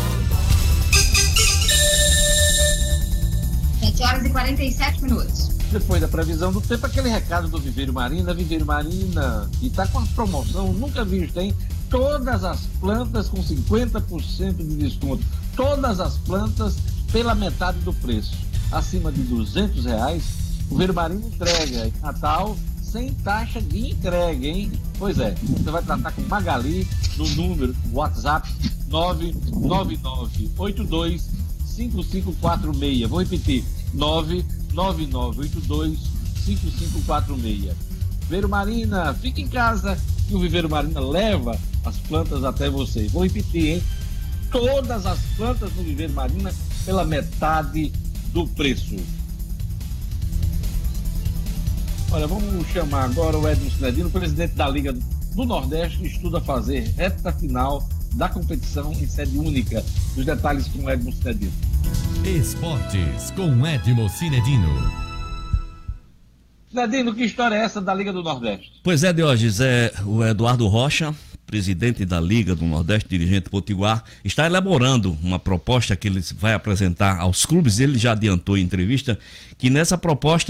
sete horas e quarenta e sete minutos. Depois da previsão do tempo, aquele recado do Viveiro Marina. Viveiro Marina, que está com uma promoção nunca vista, hein? Todas as plantas com cinquenta por cento de desconto. Todas as plantas pela metade do preço. Acima de duzentos reais, o Viveiro Marina entrega em Natal sem taxa de entrega, hein? Pois é, você vai tratar com Magali no número WhatsApp nove nove nove oito dois cinco cinco quatro seis. Vou repetir, nove nove nove oito dois cinco cinco quatro seis. Viveiro Marina, fica em casa que o Viveiro Marina leva as plantas até você. Vou repetir, hein? Todas as plantas no Viveiro Marina pela metade do preço. Olha, vamos chamar agora o Edmo Cinedino, presidente da Liga do Nordeste, que estuda fazer reta final da competição em sede única. Os detalhes com o Edmo Cinedino. Esportes com Edmo Cinedino. Cinedino, que história é essa da Liga do Nordeste? Pois é, Diógenes, é o Eduardo Rocha, presidente da Liga do Nordeste, dirigente potiguar, está elaborando uma proposta que ele vai apresentar aos clubes. Ele já adiantou em entrevista que nessa proposta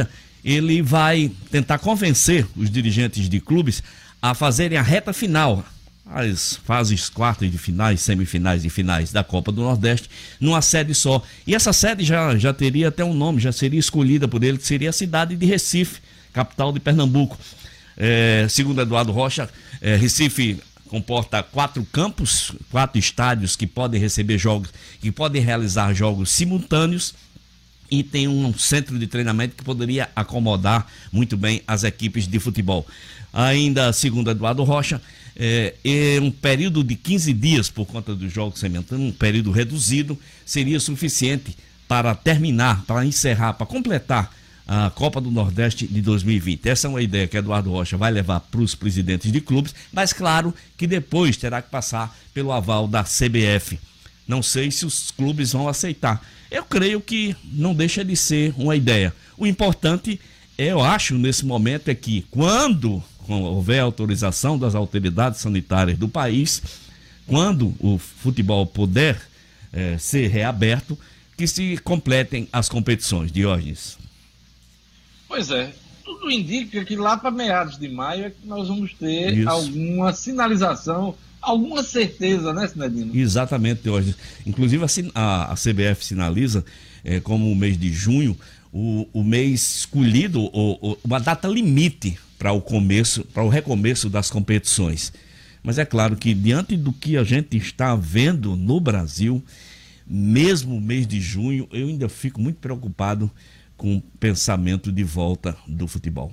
ele vai tentar convencer os dirigentes de clubes a fazerem a reta final, as fases quartas de finais, semifinais e finais da Copa do Nordeste, numa sede só. E essa sede já, já teria até um nome, já seria escolhida por ele, que seria a cidade de Recife, capital de Pernambuco. É, segundo Eduardo Rocha, é, Recife comporta quatro campos, quatro estádios que podem receber jogos, que podem realizar jogos simultâneos, e tem um centro de treinamento que poderia acomodar muito bem as equipes de futebol. Ainda, segundo Eduardo Rocha, é, é um período de quinze dias por conta dos jogos simultâneos, um período reduzido, seria suficiente para terminar, para encerrar, para completar a Copa do Nordeste de dois mil e vinte. Essa é uma ideia que Eduardo Rocha vai levar para os presidentes de clubes, mas claro que depois terá que passar pelo aval da C B F. Não sei se os clubes vão aceitar. Eu creio que não deixa de ser uma ideia. O importante, eu acho, nesse momento, é que quando houver autorização das autoridades sanitárias do país, quando o futebol puder eh, ser reaberto, que se completem as competições, Diógenes. Pois é, tudo indica que lá para meados de maio é que nós vamos ter Isso. alguma sinalização, alguma certeza, né, Sinedino? Exatamente, Diógenes. Inclusive a, a C B F sinaliza é, como o mês de junho, o, o mês escolhido, o, o, uma data limite para o começo, para o recomeço das competições. Mas é claro que diante do que a gente está vendo no Brasil, mesmo o mês de junho, eu ainda fico muito preocupado com o pensamento de volta do futebol.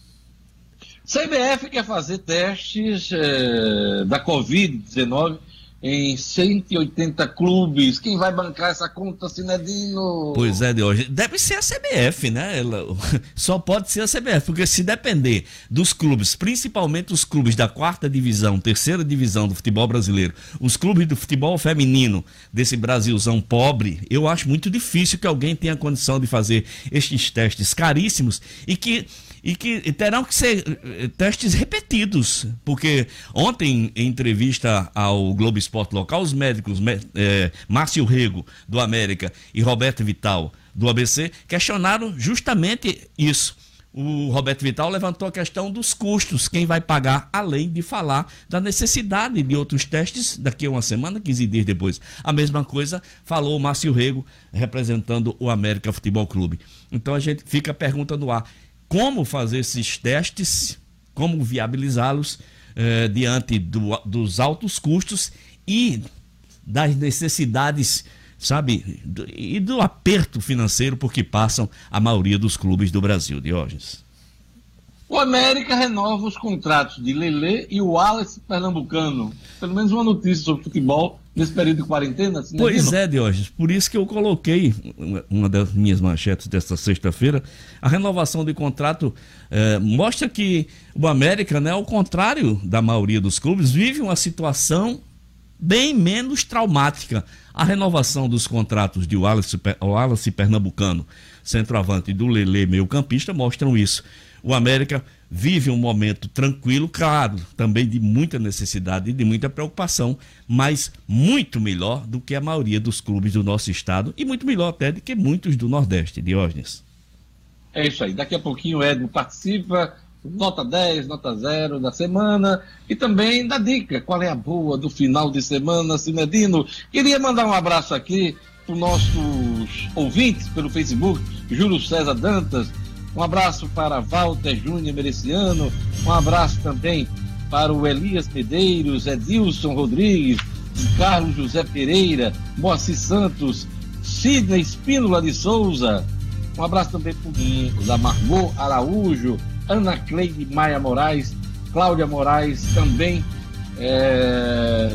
C B F quer fazer testes é, da covid dezenove em cento e oitenta clubes. Quem vai bancar essa conta, Sinedino? Pois é, de hoje. Deve ser a C B F, né? Ela, só pode ser a C B F, porque se depender dos clubes, principalmente os clubes da quarta divisão, terceira divisão do futebol brasileiro, os clubes do futebol feminino desse Brasilzão pobre, eu acho muito difícil que alguém tenha condição de fazer estes testes caríssimos e que E que terão que ser testes repetidos, porque ontem, em entrevista ao Globo Esporte Local, os médicos é, Márcio Rego, do América, e Roberto Vital, do A B C, questionaram justamente isso. O Roberto Vital levantou a questão dos custos, quem vai pagar, além de falar da necessidade de outros testes daqui a uma semana, quinze dias depois. A mesma coisa falou o Márcio Rego, representando o América Futebol Clube. Então a gente fica a pergunta no ar. Como fazer esses testes, como viabilizá-los eh, diante do, dos altos custos e das necessidades, sabe, do, e do aperto financeiro por que passam a maioria dos clubes do Brasil, Diógenes. O América renova os contratos de Lelê e o Wallace Pernambucano. Pelo menos uma notícia sobre futebol nesse período de quarentena. Assim, pois é, Diógenes, por isso que eu coloquei uma das minhas manchetes desta sexta-feira. A renovação de contrato eh, mostra que o América, né, ao contrário da maioria dos clubes, vive uma situação bem menos traumática. A renovação dos contratos de Wallace, Wallace Pernambucano, centroavante, e do Lelê, meio-campista, mostram isso. O América vive um momento tranquilo, claro, também de muita necessidade e de muita preocupação, mas muito melhor do que a maioria dos clubes do nosso estado e muito melhor até do que muitos do Nordeste, Diógenes. É isso aí. Daqui a pouquinho o Edmo participa, nota dez, nota zero da semana e também da dica. Qual é a boa do final de semana, Sinedino? Queria mandar um abraço aqui para os nossos ouvintes pelo Facebook, Júlio César Dantas. Um abraço para Walter Júnior Mereciano, um abraço também para o Elias Medeiros, Edilson Rodrigues, Carlos José Pereira, Moacir Santos, Sidney Espínola de Souza, um abraço também para a Margot Araújo, Ana Cleide Maia Moraes, Cláudia Moraes também é,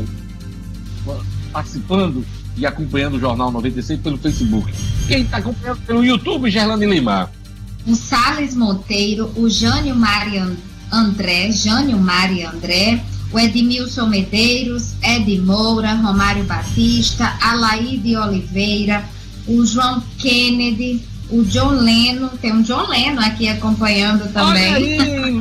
participando e acompanhando o Jornal noventa e seis pelo Facebook. Quem está acompanhando pelo YouTube, Gerlane Lima. O Salles Monteiro, o Jânio Mário André, Jânio Mário André, o Edmilson Medeiros, Ed Moura, Romário Batista, Alaide Oliveira, o João Kennedy, o John Leno, tem um John Leno aqui acompanhando também. Olha aí,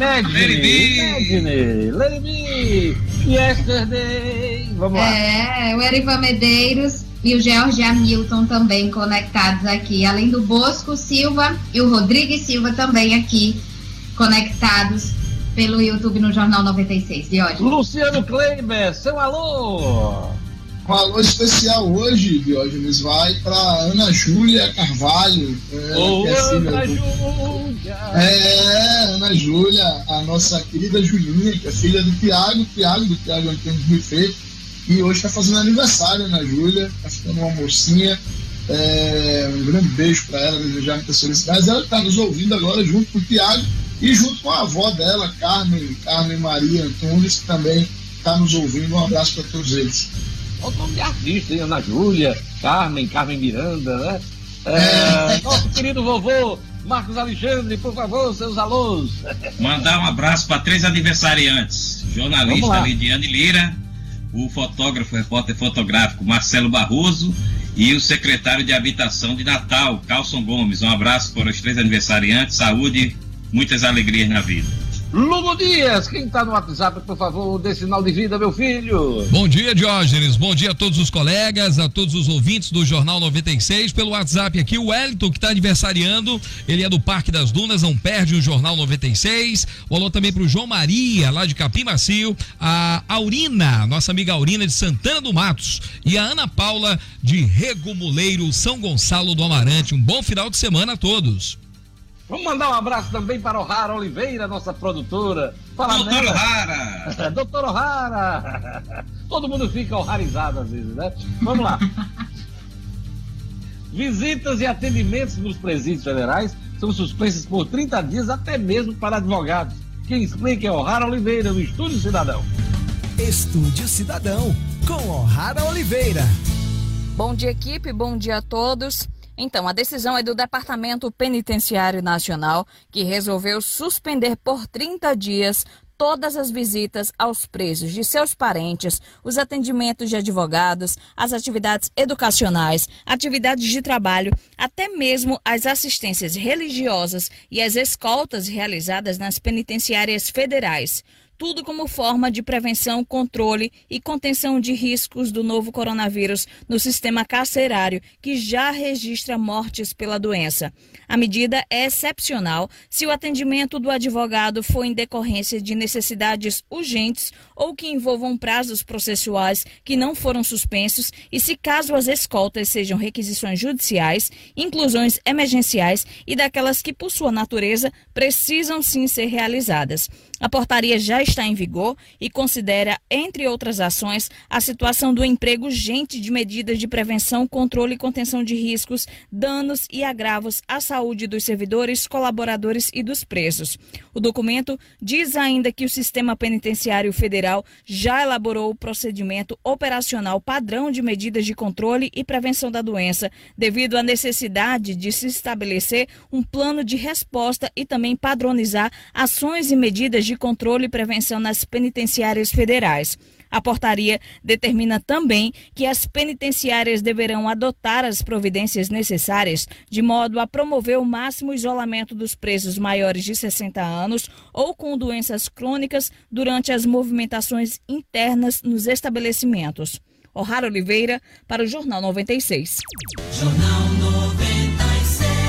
Imagine, Let It Be, Yesterday, vamos lá. É, o Erivan Medeiros, e o George Hamilton também conectados aqui, além do Bosco Silva e o Rodrigues Silva também aqui conectados pelo YouTube no Jornal noventa e seis. Diógenes. Luciano Kleiber, seu alô! Um alô especial hoje, Diógenes, vai para Ana Júlia Carvalho. É, Ô, que é Ana do... Júlia! É, Ana Júlia, a nossa querida Julinha, que é filha do Tiago, Tiago, do Tiago Antônio Buffet, e hoje está fazendo aniversário, Ana Júlia, está ficando uma mocinha. É, um grande beijo para ela, desejar muitas felicidades. Ela está nos ouvindo agora junto com o Tiago e junto com a avó dela, Carmen, Carmen Maria Antunes, que também está nos ouvindo. Um abraço para todos eles. Olha o nome de artista, hein? Ana Júlia, Carmen, Carmen Miranda, né? É, é. Nosso querido vovô Marcos Alexandre, por favor, seus alôs. Mandar um abraço para três aniversariantes: jornalista Lidiane Lira, o fotógrafo, repórter fotográfico Marcelo Barroso e o secretário de Habitação de Natal, Carlson Gomes. Um abraço para os três aniversariantes, saúde, muitas alegrias na vida. Lugo Dias, quem está no WhatsApp, por favor, dê sinal de vida, meu filho. Bom dia, Diógenes, bom dia a todos os colegas, a todos os ouvintes do Jornal noventa e seis, pelo WhatsApp aqui, o Wellington, que está aniversariando, ele é do Parque das Dunas, não perde o Jornal noventa e seis, o alô também para o João Maria, lá de Capim Macio, a Aurina, nossa amiga Aurina de Santana do Matos, e a Ana Paula de Rego Muleiro, São Gonçalo do Amarante. Um bom final de semana a todos. Vamos mandar um abraço também para O'Hara Oliveira, nossa produtora. Fala, Doutor O'Hara! Doutor O'Hara! Todo mundo fica horrorizado às vezes, né? Vamos lá. Visitas e atendimentos nos presídios federais são suspensos por trinta dias, até mesmo para advogados. Quem explica é O'Hara Oliveira, do Estúdio Cidadão. Estúdio Cidadão, com O'Hara Oliveira. Bom dia, equipe, bom dia a todos. Então, a decisão é do Departamento Penitenciário Nacional, que resolveu suspender por trinta dias todas as visitas aos presos de seus parentes, os atendimentos de advogados, as atividades educacionais, atividades de trabalho, até mesmo as assistências religiosas e as escoltas realizadas nas penitenciárias federais. Tudo como forma de prevenção, controle e contenção de riscos do novo coronavírus no sistema carcerário, que já registra mortes pela doença. A medida é excepcional se o atendimento do advogado for em decorrência de necessidades urgentes ou que envolvam prazos processuais que não foram suspensos e se caso as escoltas sejam requisições judiciais, inclusões emergenciais e daquelas que, por sua natureza, precisam sim ser realizadas. A portaria já está em vigor e considera, entre outras ações, a situação do emprego urgente de medidas de prevenção, controle e contenção de riscos, danos e agravos à saúde dos servidores, colaboradores e dos presos. O documento diz ainda que o Sistema Penitenciário Federal já elaborou o procedimento operacional padrão de medidas de controle e prevenção da doença, devido à necessidade de se estabelecer um plano de resposta e também padronizar ações e medidas de de controle e prevenção nas penitenciárias federais. A portaria determina também que as penitenciárias deverão adotar as providências necessárias de modo a promover o máximo isolamento dos presos maiores de sessenta anos ou com doenças crônicas durante as movimentações internas nos estabelecimentos. O'Hara Oliveira, para o Jornal noventa e seis. Jornal noventa e seis.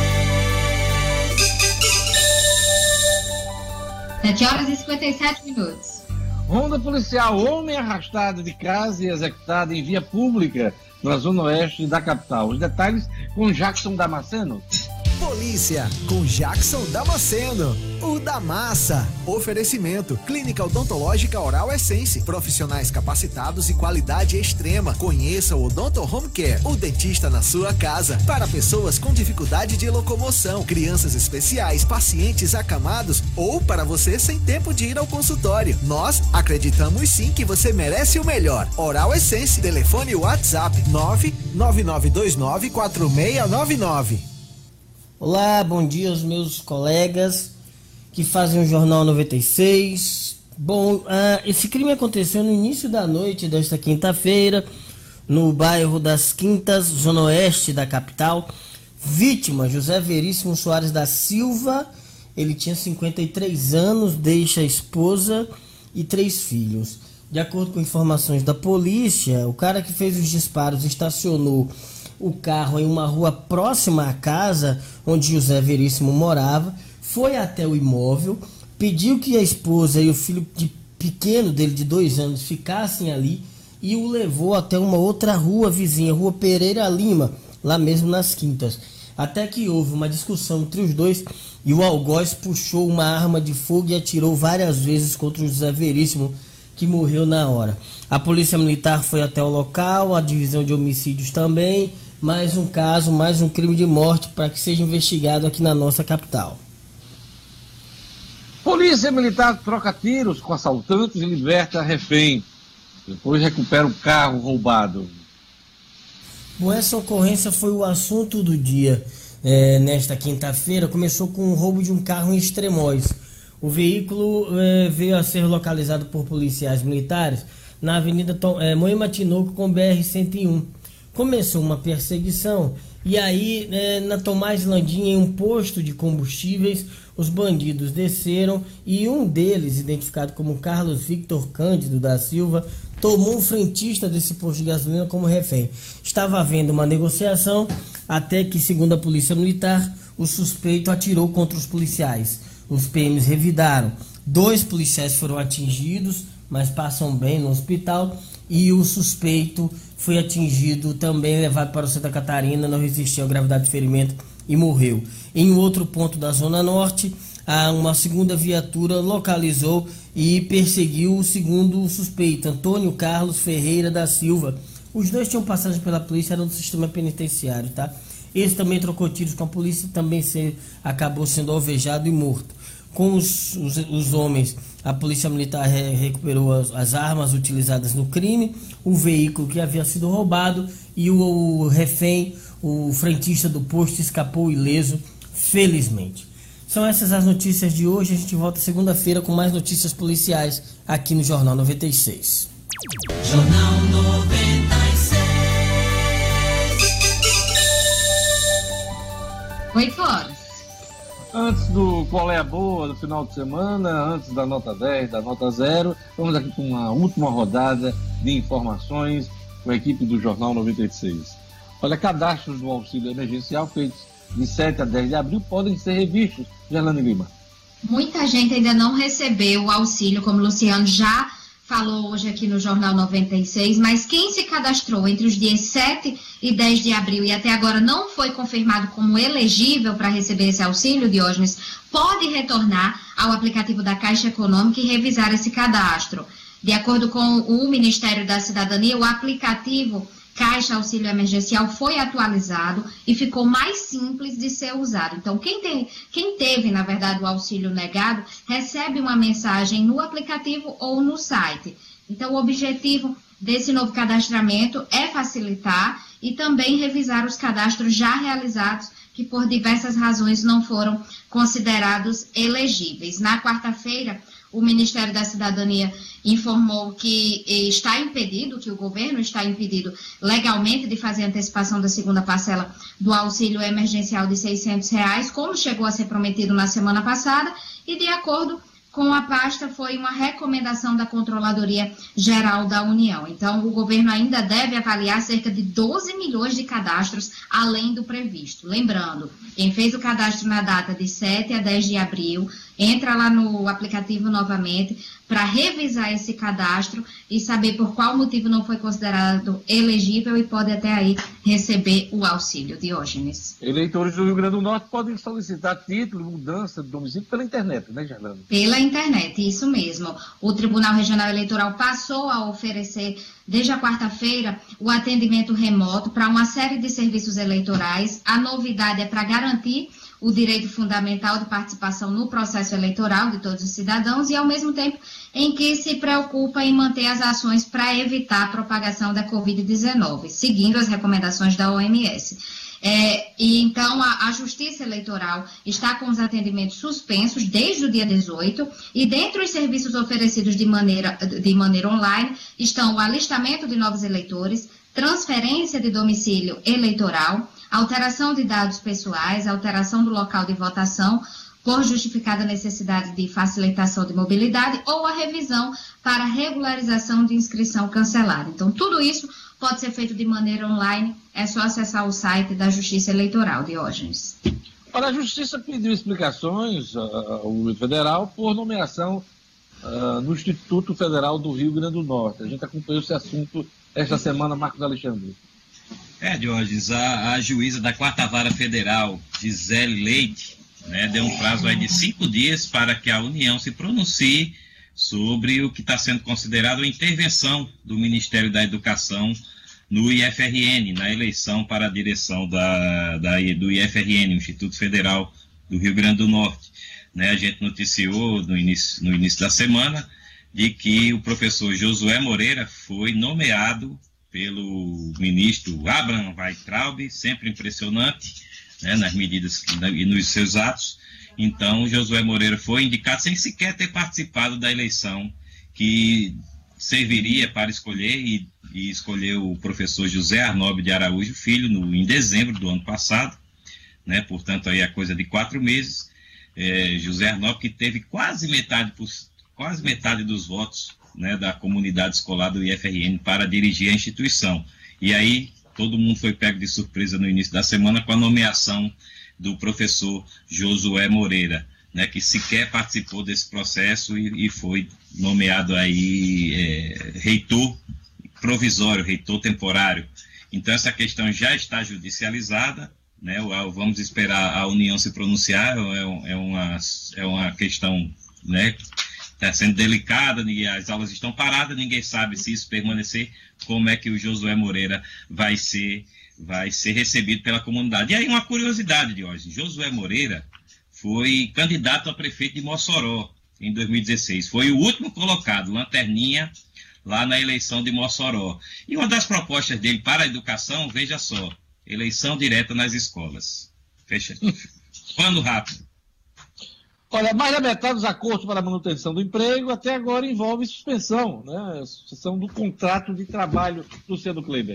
sete horas e cinquenta e sete minutos. Ronda policial, homem arrastado de casa e executado em via pública na zona oeste da capital. Os detalhes com Jackson Damasceno. Polícia, com Jackson Damasceno, o da massa. Oferecimento, Clínica Odontológica Oral Essence, profissionais capacitados e qualidade extrema. Conheça o Odonto Home Care, o dentista na sua casa. Para pessoas com dificuldade de locomoção, crianças especiais, pacientes acamados ou para você sem tempo de ir ao consultório. Nós acreditamos sim que você merece o melhor. Oral Essence, telefone WhatsApp nove nove nove dois nove quatro seis nove nove. Olá, bom dia aos meus colegas que fazem o Jornal noventa e seis. Bom, uh, esse crime aconteceu no início da noite desta quinta-feira, no bairro das Quintas, zona oeste da capital. Vítima, José Veríssimo Soares da Silva, ele tinha cinquenta e três anos, deixa a esposa e três filhos. De acordo com informações da polícia, o cara que fez os disparos estacionou o carro em uma rua próxima à casa onde José Veríssimo morava, foi até o imóvel, pediu que a esposa e o filho de pequeno dele de dois anos ficassem ali e o levou até uma outra rua vizinha, Rua Pereira Lima, lá mesmo nas Quintas. Até que houve uma discussão entre os dois e o algoz puxou uma arma de fogo e atirou várias vezes contra o José Veríssimo, que morreu na hora. A polícia militar foi até o local, a divisão de homicídios também, mais um caso, mais um crime de morte para que seja investigado aqui na nossa capital. Polícia militar troca tiros com assaltantes e liberta refém. Depois recupera o carro roubado. Bom, essa ocorrência foi o assunto do dia. É, nesta quinta-feira, começou com o roubo de um carro em Extremóis. O veículo é, veio a ser localizado por policiais militares na Avenida Tom, é, Moema Tinoco com B R cento e um. Começou uma perseguição e aí é, na Tomás Landim, em um posto de combustíveis, os bandidos desceram e um deles, identificado como Carlos Victor Cândido da Silva, tomou um frentista desse posto de gasolina como refém. Estava havendo uma negociação até que, segundo a polícia militar, o suspeito atirou contra os policiais. Os P Ms revidaram. Dois policiais foram atingidos, mas passam bem no hospital, e o suspeito foi atingido também, levado para o Santa Catarina, não resistiu à gravidade do ferimento e morreu. Em outro ponto da Zona Norte, uma segunda viatura localizou e perseguiu o segundo suspeito, Antônio Carlos Ferreira da Silva. Os dois tinham passagem pela polícia, eram do sistema penitenciário, tá? Esse também trocou tiros com a polícia e também se, acabou sendo alvejado e morto. Com os, os, os homens, a polícia militar re, recuperou as, as armas utilizadas no crime, o veículo que havia sido roubado e o, o refém, o frentista do posto, escapou ileso, felizmente. São essas as notícias de hoje. A gente volta segunda-feira com mais notícias policiais aqui no Jornal noventa e seis. Jornal noventa e seis. oito horas. Antes do Qual é a Boa do final de semana, antes da nota dez, da nota zero, vamos aqui com uma última rodada de informações com a equipe do Jornal noventa e seis. Olha, cadastros do auxílio emergencial feitos de sete a dez de abril podem ser revistos. Gerlane Lima. Muita gente ainda não recebeu o auxílio, como o Luciano já falou hoje aqui no Jornal noventa e seis, mas quem se cadastrou entre os dias sete e dez de abril e até agora não foi confirmado como elegível para receber esse auxílio, Diógenes, pode retornar ao aplicativo da Caixa Econômica e revisar esse cadastro. De acordo com o Ministério da Cidadania, o aplicativo Caixa Auxílio Emergencial foi atualizado e ficou mais simples de ser usado. Então, quem, tem, quem teve, na verdade, o auxílio negado, recebe uma mensagem no aplicativo ou no site. Então, o objetivo desse novo cadastramento é facilitar e também revisar os cadastros já realizados que, por diversas razões, não foram considerados elegíveis. Na quarta-feira, o Ministério da Cidadania informou que está impedido, que o governo está impedido legalmente de fazer antecipação da segunda parcela do auxílio emergencial de seiscentos reais, como chegou a ser prometido na semana passada, e de acordo com a pasta foi uma recomendação da Controladoria Geral da União. Então, o governo ainda deve avaliar cerca de doze milhões de cadastros além do previsto. Lembrando, quem fez o cadastro na data de sete a dez de abril, entra lá no aplicativo novamente para revisar esse cadastro e saber por qual motivo não foi considerado elegível e pode até aí receber o auxílio. Diógenes. Eleitores do Rio Grande do Norte podem solicitar título e mudança de domicílio pela internet, né, Gerlane? Pela internet, isso mesmo. O Tribunal Regional Eleitoral passou a oferecer, desde a quarta-feira, o atendimento remoto para uma série de serviços eleitorais. A novidade é para garantir o direito fundamental de participação no processo eleitoral de todos os cidadãos e, ao mesmo tempo, em que se preocupa em manter as ações para evitar a propagação da covid dezenove, seguindo as recomendações da O M S. É, e então a, a Justiça Eleitoral está com os atendimentos suspensos desde o dia dezoito e dentre os serviços oferecidos de maneira, de maneira online estão o alistamento de novos eleitores, transferência de domicílio eleitoral, alteração de dados pessoais, alteração do local de votação, por justificada necessidade de facilitação de mobilidade ou a revisão para regularização de inscrição cancelada. Então, tudo isso pode ser feito de maneira online, é só acessar o site da Justiça Eleitoral, Diógenes. Olha, a Justiça pediu explicações ao governo federal por nomeação uh, no Instituto Federal do Rio Grande do Norte. A gente acompanhou esse assunto esta semana, Marcos Alexandre. É, Diógenes, a, a juíza da Quarta Vara Federal, Gisele Leite, né, deu um prazo aí de cinco dias para que a União se pronuncie sobre o que está sendo considerado a intervenção do Ministério da Educação no I F R N, na eleição para a direção da, da, do I F R N, o Instituto Federal do Rio Grande do Norte. Né, a gente noticiou no início, no início da semana de que o professor Josué Moreira foi nomeado pelo ministro Abraham Weintraub, sempre impressionante, né, nas medidas e nos seus atos. Então, Josué Moreira foi indicado sem sequer ter participado da eleição que serviria para escolher e, e escolheu o professor José Arnob de Araújo Filho no, em dezembro do ano passado, né, portanto, aí a coisa de quatro meses. É, José Arnob, que teve quase metade, quase metade dos votos, né, da comunidade escolar do I F R N para dirigir a instituição. E aí, todo mundo foi pego de surpresa no início da semana com a nomeação do professor Josué Moreira, né, que sequer participou desse processo e, e foi nomeado aí é, reitor provisório, reitor temporário. Então essa questão já está judicializada, né, vamos esperar a União se pronunciar, é, é, uma, é uma questão, né, está sendo delicada, as aulas estão paradas, ninguém sabe se isso permanecer, como é que o Josué Moreira vai ser, vai ser recebido pela comunidade. E aí uma curiosidade de hoje, Josué Moreira foi candidato a prefeito de Mossoró em dois mil e dezesseis, foi o último colocado, lanterninha, lá na eleição de Mossoró. E uma das propostas dele para a educação, veja só, eleição direta nas escolas. Fecha. Pano rápido. Olha, mais da metade dos acordos para a manutenção do emprego até agora envolve suspensão, né? Suspensão do contrato de trabalho. Luciano Kleber.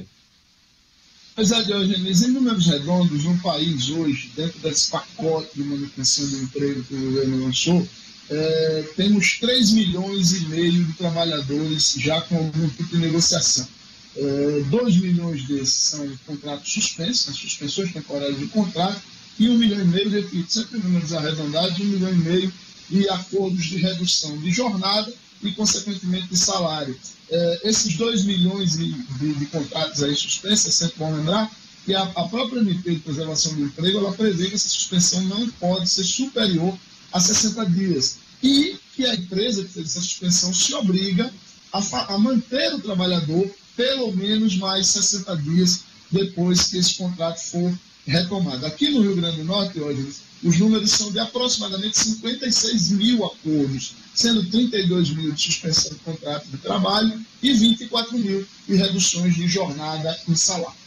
Pois é, Diogenes, em números redondos, no país hoje, dentro desse pacote de manutenção do emprego que o governo lançou, é, temos três milhões e meio de trabalhadores já com algum tipo de negociação. É, dois milhões desses são contratos suspensos, as suspensões temporárias de contrato, e um milhão e meio, repito, sempre números arredondados, um milhão e meio de acordos de redução de jornada e, consequentemente, de salário. É, esses dois milhões de, de, de contratos aí suspensos, é sempre bom lembrar que a, a própria M P de Preservação do Emprego, ela prevê que essa suspensão não pode ser superior a sessenta dias e que a empresa que fez essa suspensão se obriga a, a manter o trabalhador pelo menos mais sessenta dias depois que esse contrato for retomado. Aqui no Rio Grande do Norte, hoje, os números são de aproximadamente cinquenta e seis mil acordos, sendo trinta e dois mil de suspensão de contrato de trabalho e vinte e quatro mil de reduções de jornada em salário.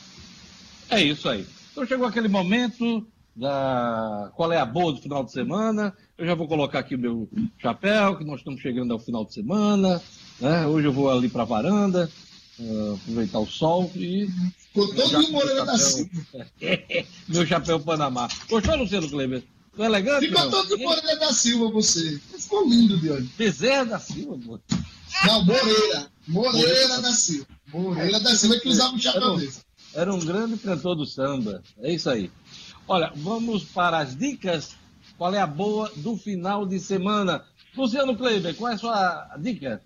É isso aí. Então chegou aquele momento da qual é a boa do final de semana. Eu já vou colocar aqui o meu chapéu, que nós estamos chegando ao final de semana, né? Hoje eu vou ali para a varanda, uh, aproveitar o sol e... Ficou todo em Moreira da Silva. Meu chapéu Panamá. Gostou, Luciano Kleber? Ficou elegante? Ficou não? todo em Moreira da Silva, você. Ficou lindo, Diogo. Bezerra da Silva, pô. Não, Moreira. Moreira, Moreira da Silva. Moreira da Silva que usava o chapéu desse. Era um grande cantor do samba. É isso aí. Olha, vamos para as dicas. Qual é a boa do final de semana? Luciano Kleber, qual é a sua dica?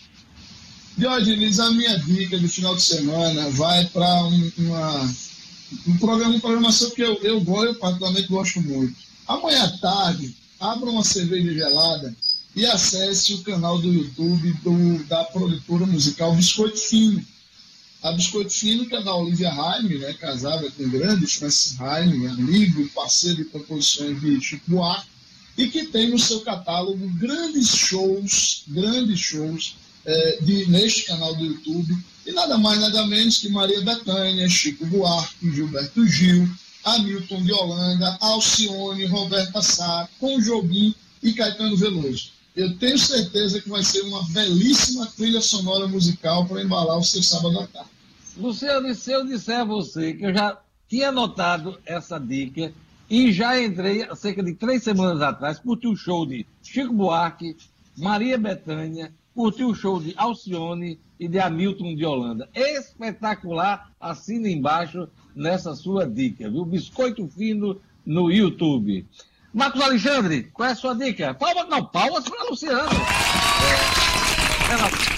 Diogenes, a minha dica do final de semana vai para um, uma, um programa, uma programação que eu, eu, eu particularmente gosto muito. Amanhã à tarde, abra uma cerveja gelada e acesse o canal do YouTube do, da produtora musical Biscoito Fino. A Biscoito Fino, que é da Olivia Raime, né, casada com o grande Francis Raime, amigo e parceiro de composições de Chico Buarque, e que tem no seu catálogo grandes shows, grandes shows, É, de, neste canal do YouTube, e nada mais nada menos que Maria Bethânia, Chico Buarque, Gilberto Gil, Hamilton de Holanda, Alcione, Roberta Sá, Tom Jobim e Caetano Veloso. Eu tenho certeza que vai ser uma belíssima trilha sonora musical para embalar o seu sábado à tarde. Luciano, e se eu disser a você que eu já tinha anotado essa dica E já entrei, há cerca de três semanas atrás, curti o show de Chico Buarque, Maria Bethânia, curti o show de Alcione e de Hamilton de Holanda. Espetacular, assina embaixo nessa sua dica, viu? Biscoito Fino no YouTube. Marcos Alexandre, qual é a sua dica? Palmas, não, palmas para Luciano. É,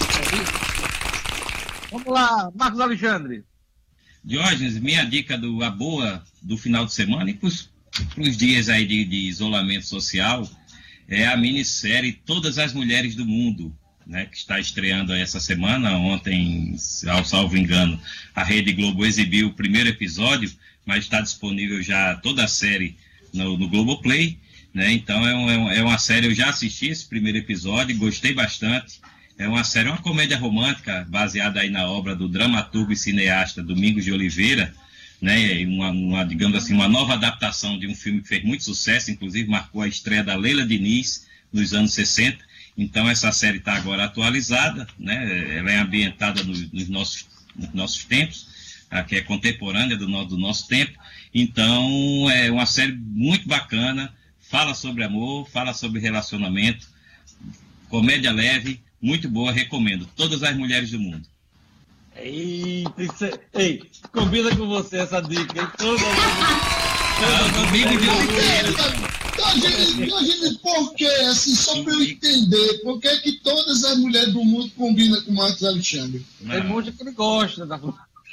vamos lá, Marcos Alexandre. Diógenes, minha dica do A Boa do final de semana e para os dias aí de, de isolamento social é a minissérie Todas as Mulheres do Mundo, né, que está estreando essa semana. Ontem, ao salvo engano, a Rede Globo exibiu o primeiro episódio, mas está disponível já toda a série no, no Globoplay, né? Então é, um, é uma série, eu já assisti esse primeiro episódio, gostei bastante. É uma série, uma comédia romântica baseada aí na obra do dramaturgo e cineasta Domingos de Oliveira, né? Uma, uma, digamos assim, uma nova adaptação de um filme que fez muito sucesso, inclusive marcou a estreia da Leila Diniz nos anos sessenta. Então essa série está agora atualizada, né? Ela é ambientada no, nos, nossos, nos nossos tempos, que é contemporânea do, no, do nosso tempo. Então é uma série muito bacana, fala sobre amor, fala sobre relacionamento, comédia leve, muito boa, recomendo. Todas as mulheres do mundo. Ei, princesa... Ei, combina com você essa dica, hein? Todas as... Ah, Domingo de Oliveira. Imagina por quê? Assim, só para eu entender, por que que todas as mulheres do mundo combinam com o Marcos Alexandre? Tem muito que ele gosta da...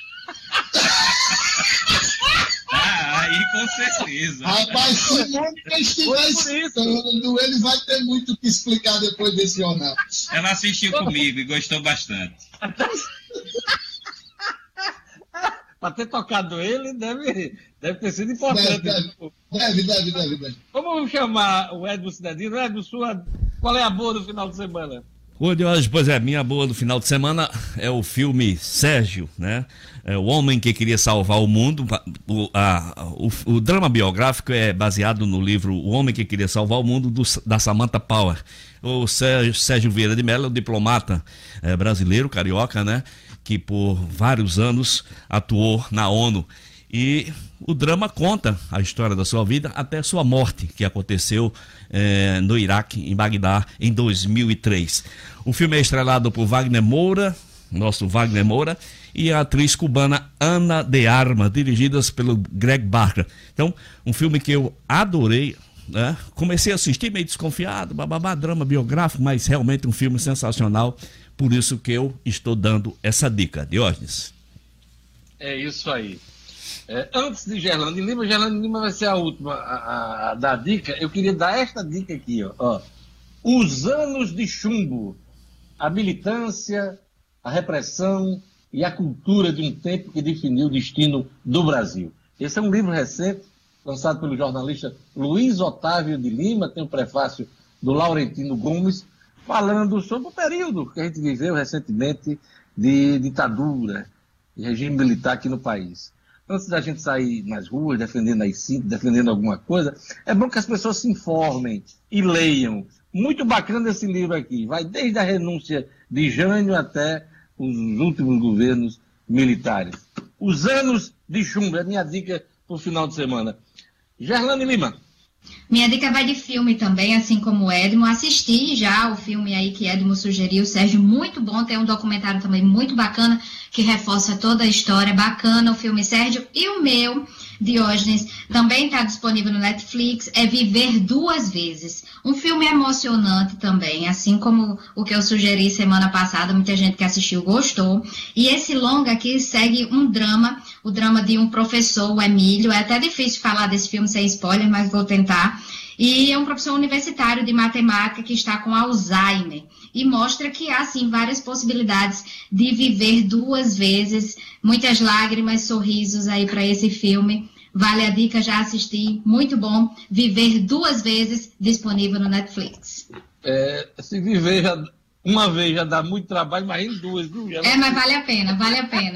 Ah, aí com certeza. Rapaz, se nunca estiver escutando, ele vai ter muito o que explicar depois desse jornal. Ela assistiu comigo e gostou bastante. Para ter tocado ele, deve, deve ter sido importante. Deve, deve, deve, deve, deve. Vamos chamar o Edmo Cidadino. Edmo, sua... qual é a boa do final de semana? Oi, de hoje, pois é, minha boa do final de semana é o filme Sérgio, né? É o homem que queria salvar o mundo. O, a, o, o drama biográfico é baseado no livro O Homem que Queria Salvar o Mundo, do, da Samantha Power. O Sérgio, Sérgio Vieira de Mello é um diplomata é, brasileiro, carioca, né? Que por vários anos atuou na ONU. E o drama conta a história da sua vida até a sua morte, que aconteceu eh, no Iraque, em Bagdá, em dois mil e três. O filme é estrelado por Wagner Moura, nosso Wagner Moura, e a atriz cubana Ana de Armas, dirigidas pelo Greg Barker. Então, um filme que eu adorei, né? Comecei a assistir meio desconfiado, bababá, drama biográfico, mas realmente um filme sensacional, por isso que eu estou dando essa dica. Diógenes. É isso aí. É, antes de Gerlane Lima, Gerlane Lima vai ser a última a, a, a dar dica. Eu queria dar esta dica aqui, ó, ó. Os anos de chumbo, a militância, a repressão e a cultura de um tempo que definiu o destino do Brasil. Esse é um livro recente, lançado pelo jornalista Luiz Otávio de Lima, tem um prefácio do Laurentino Gomes, falando sobre o período que a gente viveu recentemente de ditadura e regime militar aqui no país. Antes da gente sair nas ruas defendendo as cintas, defendendo alguma coisa, é bom que as pessoas se informem e leiam. Muito bacana esse livro aqui. Vai desde a renúncia de Jânio até os últimos governos militares. Os anos de chumbo, é a minha dica para o final de semana. Gerlane Lima. Minha dica vai de filme também, assim como o Edmo. Assisti já o filme aí que Edmo sugeriu, Sérgio, muito bom. Tem um documentário também muito bacana que reforça toda a história. Bacana o filme Sérgio. E o meu, Diógenes, também está disponível no Netflix, é Viver Duas Vezes. Um filme emocionante também, assim como o que eu sugeri semana passada, muita gente que assistiu gostou. E esse longa aqui segue um drama, o drama de um professor, o Emílio. É até difícil falar desse filme sem spoiler, mas vou tentar. E é um professor universitário de matemática que está com Alzheimer. E mostra que há, sim, várias possibilidades de viver duas vezes. Muitas lágrimas, sorrisos aí para esse filme. Vale a dica, já assisti, muito bom. Viver Duas Vezes, disponível no Netflix. É, se viver já, uma vez já dá muito trabalho, mas em duas, viu? Já é, mas vale a pena, vale a pena.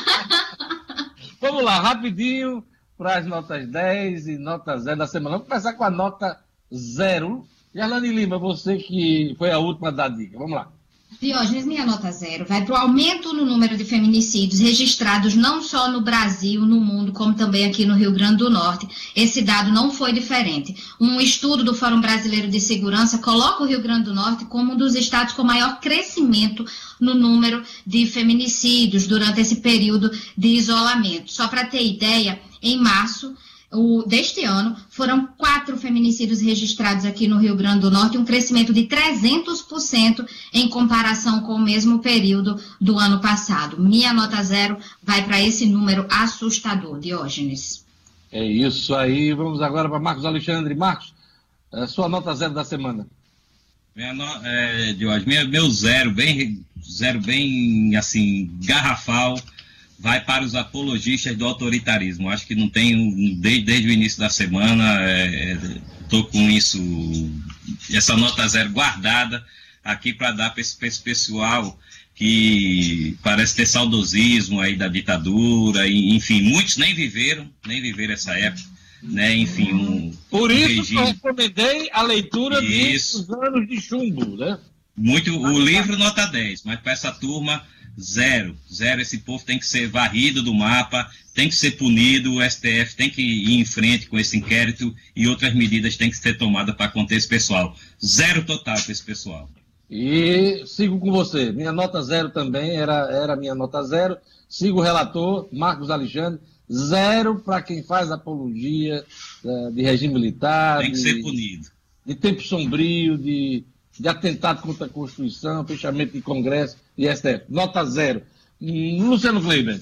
Vamos lá, rapidinho, para as notas dez e nota zero da semana. Vamos começar com a nota zero. Gerlane Lima, você que foi a última da dica. Vamos lá. Diógenes, minha nota zero vai para o aumento no número de feminicídios registrados não só no Brasil, no mundo, como também aqui no Rio Grande do Norte. Esse dado não foi diferente. Um estudo do Fórum Brasileiro de Segurança coloca o Rio Grande do Norte como um dos estados com maior crescimento no número de feminicídios durante esse período de isolamento. Só para ter ideia, em março O, deste ano, foram quatro feminicídios registrados aqui no Rio Grande do Norte, um crescimento de trezentos por cento em comparação com o mesmo período do ano passado. Minha nota zero vai para esse número assustador, Diógenes. É isso aí. Vamos agora para Marcos Alexandre. Marcos, a sua nota zero da semana. Minha no, é, Diógenes, meu, meu zero, bem, zero bem, assim, garrafal, vai para os apologistas do autoritarismo. Acho que não tem, desde, desde o início da semana, estou é, com isso, essa nota zero guardada aqui para dar para esse, esse pessoal que parece ter saudosismo aí da ditadura, e, enfim, muitos nem viveram, nem viveram essa época, né, enfim, um Por um isso regime... que eu recomendei a leitura Isso. dos anos de chumbo, né? Muito, o livro nota dez, mas para essa turma, zero, zero, esse povo tem que ser varrido do mapa, tem que ser punido, o S T F tem que ir em frente com esse inquérito e outras medidas têm que ser tomadas para conter esse pessoal. Zero total para esse pessoal. E sigo com você, minha nota zero também, era, era minha nota zero, sigo o relator, Marcos Alexandre, zero para quem faz apologia uh, de regime militar. Tem que de, ser punido. De tempo sombrio, de... de atentado contra a Constituição, fechamento de Congresso e S T F. Nota zero. Luciano Kleiber.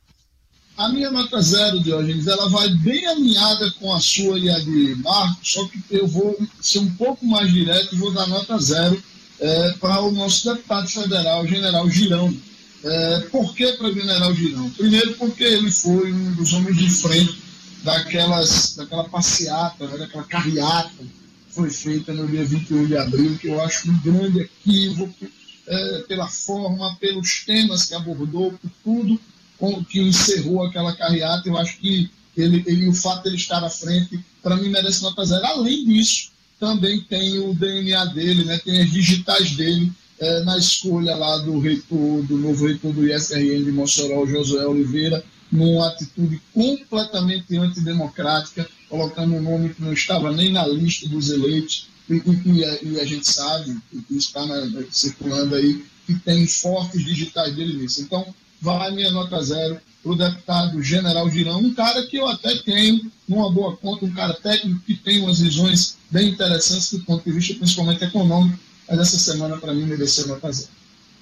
A minha nota zero, Diógenes, ela vai bem alinhada com a sua e a de Marcos, só que eu vou ser um pouco mais direto e vou dar nota zero é, para o nosso deputado federal, General Girão. É, por que para o General Girão? Primeiro porque ele foi um dos homens de frente daquelas, daquela passeata, né, daquela carreata foi feita no dia vinte e um de abril, que eu acho um grande equívoco, é, pela forma, pelos temas que abordou, por tudo com, que encerrou aquela carreata. Eu acho que ele, ele, o fato de ele estar à frente, para mim, merece nota zero. Além disso, também tem o D N A dele, né, tem as digitais dele, é, na escolha lá do reitor, do novo reitor do I S R N de Mossoró, Josué Oliveira, numa atitude completamente antidemocrática, colocando um nome que não estava nem na lista dos eleitos, e, e, e a gente sabe, que está na, circulando aí, que tem fortes digitais dele nisso. Então, vai minha nota zero para o deputado General Girão, um cara que eu até tenho numa boa conta, um cara técnico que tem umas visões bem interessantes do ponto de vista principalmente econômico, mas essa semana, para mim, mereceu nota zero.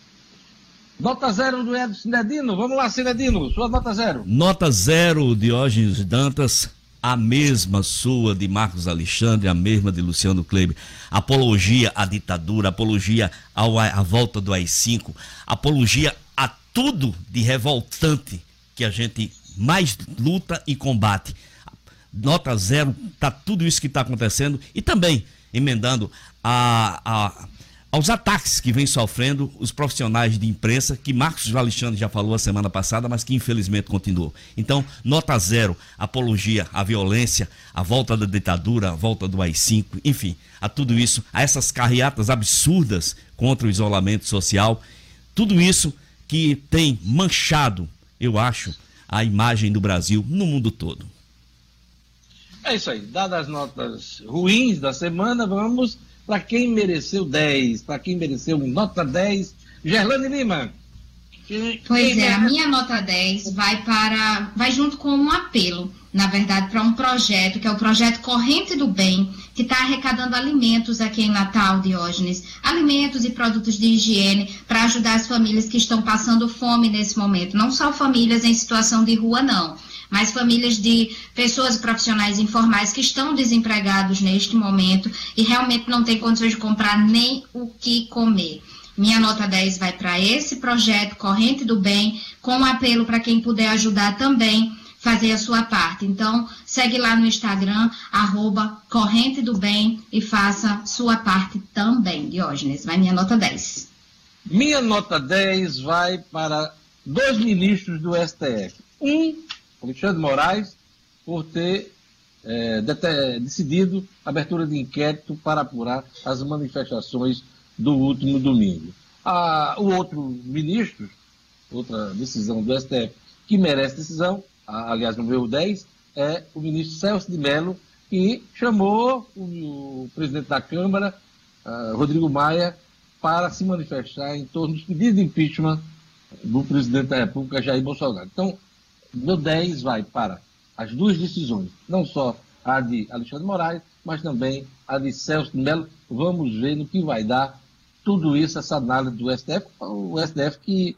Nota zero do Edson Cinedino. Vamos lá, Cinedino, sua nota zero. Nota zero, Diógenes Dantas, a mesma sua de Marcos Alexandre, a mesma de Luciano Kleiber. Apologia à ditadura, apologia ao, à volta do A I cinco, apologia a tudo de revoltante que a gente mais luta e combate. Nota zero para tudo isso que está acontecendo e também emendando a... a aos ataques que vem sofrendo os profissionais de imprensa, que Marcos Alexandre já falou a semana passada, mas que infelizmente continuou. Então, nota zero, apologia à violência, à volta da ditadura, à volta do A I cinco, enfim, a tudo isso, a essas carreatas absurdas contra o isolamento social, tudo isso que tem manchado, eu acho, a imagem do Brasil no mundo todo. É isso aí, dadas as notas ruins da semana, vamos... para quem mereceu dez, para quem mereceu nota dez, Gerlane Lima. Quem, pois quem é, a minha nota dez vai para, vai junto com um apelo, na verdade, para um projeto, que é o projeto Corrente do Bem, que está arrecadando alimentos aqui em Natal, Diógenes, alimentos e produtos de higiene para ajudar as famílias que estão passando fome nesse momento, não só famílias em situação de rua, não, mas famílias de pessoas profissionais informais que estão desempregados neste momento e realmente não têm condições de comprar nem o que comer. Minha nota dez vai para esse projeto Corrente do Bem, com um apelo para quem puder ajudar também, fazer a sua parte. Então, segue lá no Instagram, arroba Corrente do Bem, e faça sua parte também, Diógenes. Vai minha nota dez. Minha nota dez vai para dois ministros do S T F. Um, Alexandre de Moraes, por ter é, de, decidido a abertura de inquérito para apurar as manifestações do último domingo. Ah, o outro ministro, outra decisão do S T F que merece decisão, ah, aliás, número dez, é o ministro Celso de Mello, que chamou o, o presidente da Câmara, ah, Rodrigo Maia, para se manifestar em torno dos pedidos de impeachment do presidente da República, Jair Bolsonaro. Então, meu dez vai para as duas decisões, não só a de Alexandre Moraes, mas também a de Celso de Mello. Vamos ver no que vai dar tudo isso, essa análise do S T F, o S T F que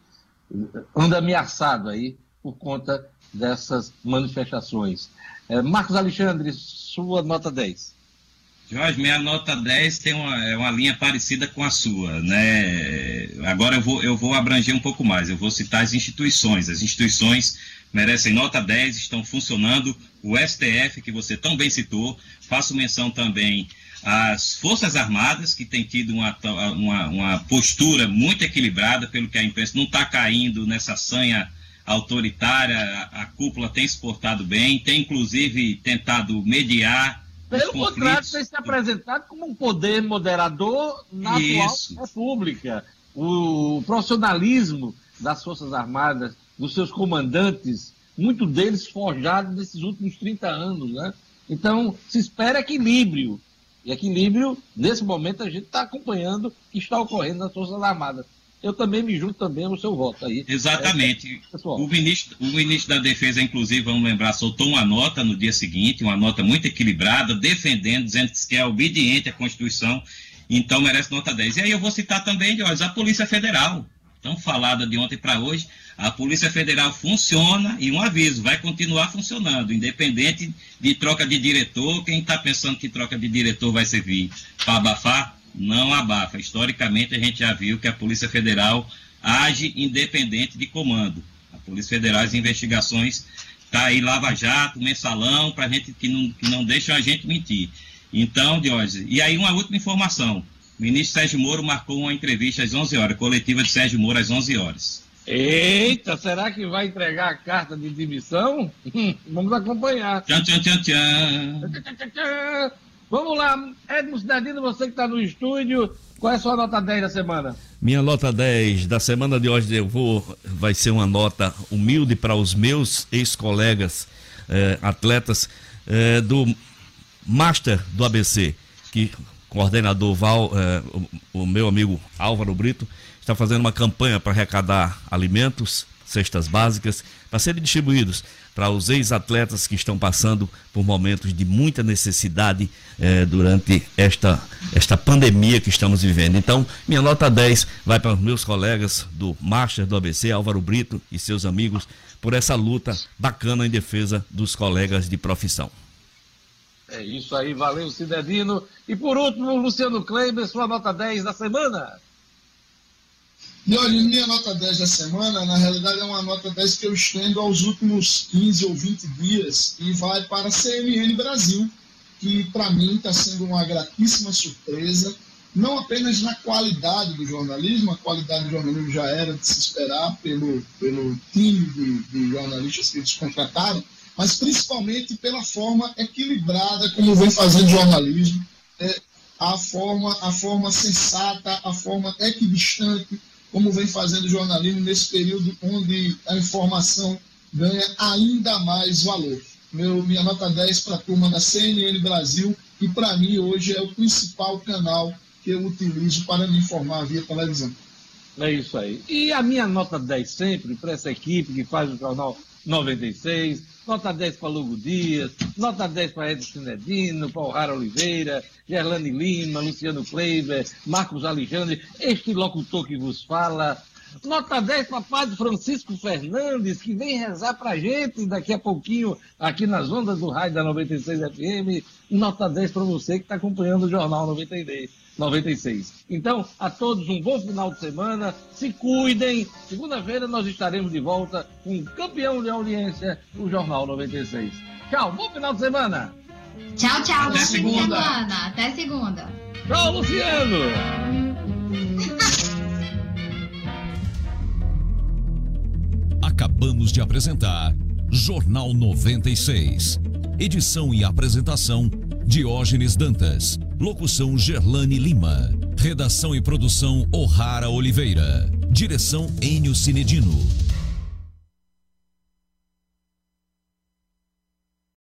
anda ameaçado aí por conta dessas manifestações. É, Marcos Alexandre, sua nota dez. Jorge, minha nota dez tem uma, é uma linha parecida com a sua, né? Agora eu vou, eu vou abranger um pouco mais, eu vou citar as instituições. As instituições merecem nota dez, estão funcionando. O S T F, que você tão bem citou, faço menção também às Forças Armadas, que tem tido uma, uma, uma postura muito equilibrada, pelo que a imprensa não está caindo nessa sanha autoritária, a, a cúpula tem se portado bem, tem inclusive tentado mediar. Pelo contrário, tem se apresentado como um poder moderador na Isso. atual República. O profissionalismo das Forças Armadas, dos seus comandantes, muito deles forjados nesses últimos trinta anos, né? Então, se espera equilíbrio. E equilíbrio, nesse momento, a gente está acompanhando o que está ocorrendo nas Forças Armadas. Eu também me junto também ao seu voto aí. Exatamente. É, pessoal. O ministro, o ministro da Defesa, inclusive, vamos lembrar, soltou uma nota no dia seguinte, uma nota muito equilibrada, defendendo, dizendo que é obediente à Constituição, então merece nota dez. E aí eu vou citar também, Jorge, a Polícia Federal, tão falada de ontem para hoje. A Polícia Federal funciona, e um aviso, vai continuar funcionando, independente de troca de diretor. Quem está pensando que troca de diretor vai servir para abafar, não abafa. Historicamente, a gente já viu que a Polícia Federal age independente de comando. A Polícia Federal, as investigações, está aí Lava Jato, Mensalão, para gente que não, que não deixam a gente mentir. Então, Diógenes, e aí uma última informação. O ministro Sérgio Moro marcou uma entrevista às onze horas, coletiva de Sérgio Moro às onze horas. Eita, será que vai entregar a carta de demissão? Vamos acompanhar. Tchan, tchan, tchan, tchan. Tchan, tchan, tchan, tchan. Vamos lá, Edmo Cidadino, você que está no estúdio, qual é a sua nota dez da semana? Minha nota dez da semana de hoje eu vou, vai ser uma nota humilde para os meus ex-colegas eh, atletas eh, do Master do A B C, que coordenador Val, eh, o, o meu amigo Álvaro Brito, está fazendo uma campanha para arrecadar alimentos, cestas básicas, para serem distribuídos para os ex-atletas que estão passando por momentos de muita necessidade eh, durante esta, esta pandemia que estamos vivendo. Então, minha nota dez vai para os meus colegas do Master do A B C, Álvaro Brito e seus amigos, por essa luta bacana em defesa dos colegas de profissão. É isso aí, valeu, Cidadino. E por último, Luciano Kleiber, sua nota dez da semana. E olha, minha nota dez da semana, na realidade é uma nota dez que eu estendo aos últimos quinze ou vinte dias e vai para a C N N Brasil, que para mim está sendo uma gratíssima surpresa, não apenas na qualidade do jornalismo, a qualidade do jornalismo já era de se esperar pelo, pelo time de, de jornalistas que eles contrataram, mas principalmente pela forma equilibrada como vem fazendo jornalismo, é, a, forma, a forma sensata, a forma equidistante, como vem fazendo jornalismo nesse período onde a informação ganha ainda mais valor. Meu, minha nota dez para a turma da C N N Brasil, e para mim hoje é o principal canal que eu utilizo para me informar via televisão. É isso aí. E a minha nota dez sempre para essa equipe que faz o Jornal noventa e seis, nota dez para Lugo Dias, nota dez para Edson Cinedino, para O'Hara Oliveira, Gerlane Lima, Luciano Kleiber, Marcos Alexandre, este locutor que vos fala. Nota dez para Padre Francisco Fernandes, que vem rezar para a gente daqui a pouquinho aqui nas ondas do rádio da noventa e seis F M. Nota dez para você que está acompanhando o Jornal noventa e seis. Então, a todos um bom final de semana, se cuidem. Segunda-feira nós estaremos de volta com o campeão de audiência, o Jornal noventa e seis. Tchau, bom final de semana. Tchau, tchau, Até bom fim de segunda. semana. Até segunda. Tchau, Luciano. Acabamos de apresentar Jornal noventa e seis. Edição e apresentação Diógenes Dantas. Locução Gerlane Lima. Redação e produção O'Hara Oliveira. Direção Enio Cinedino.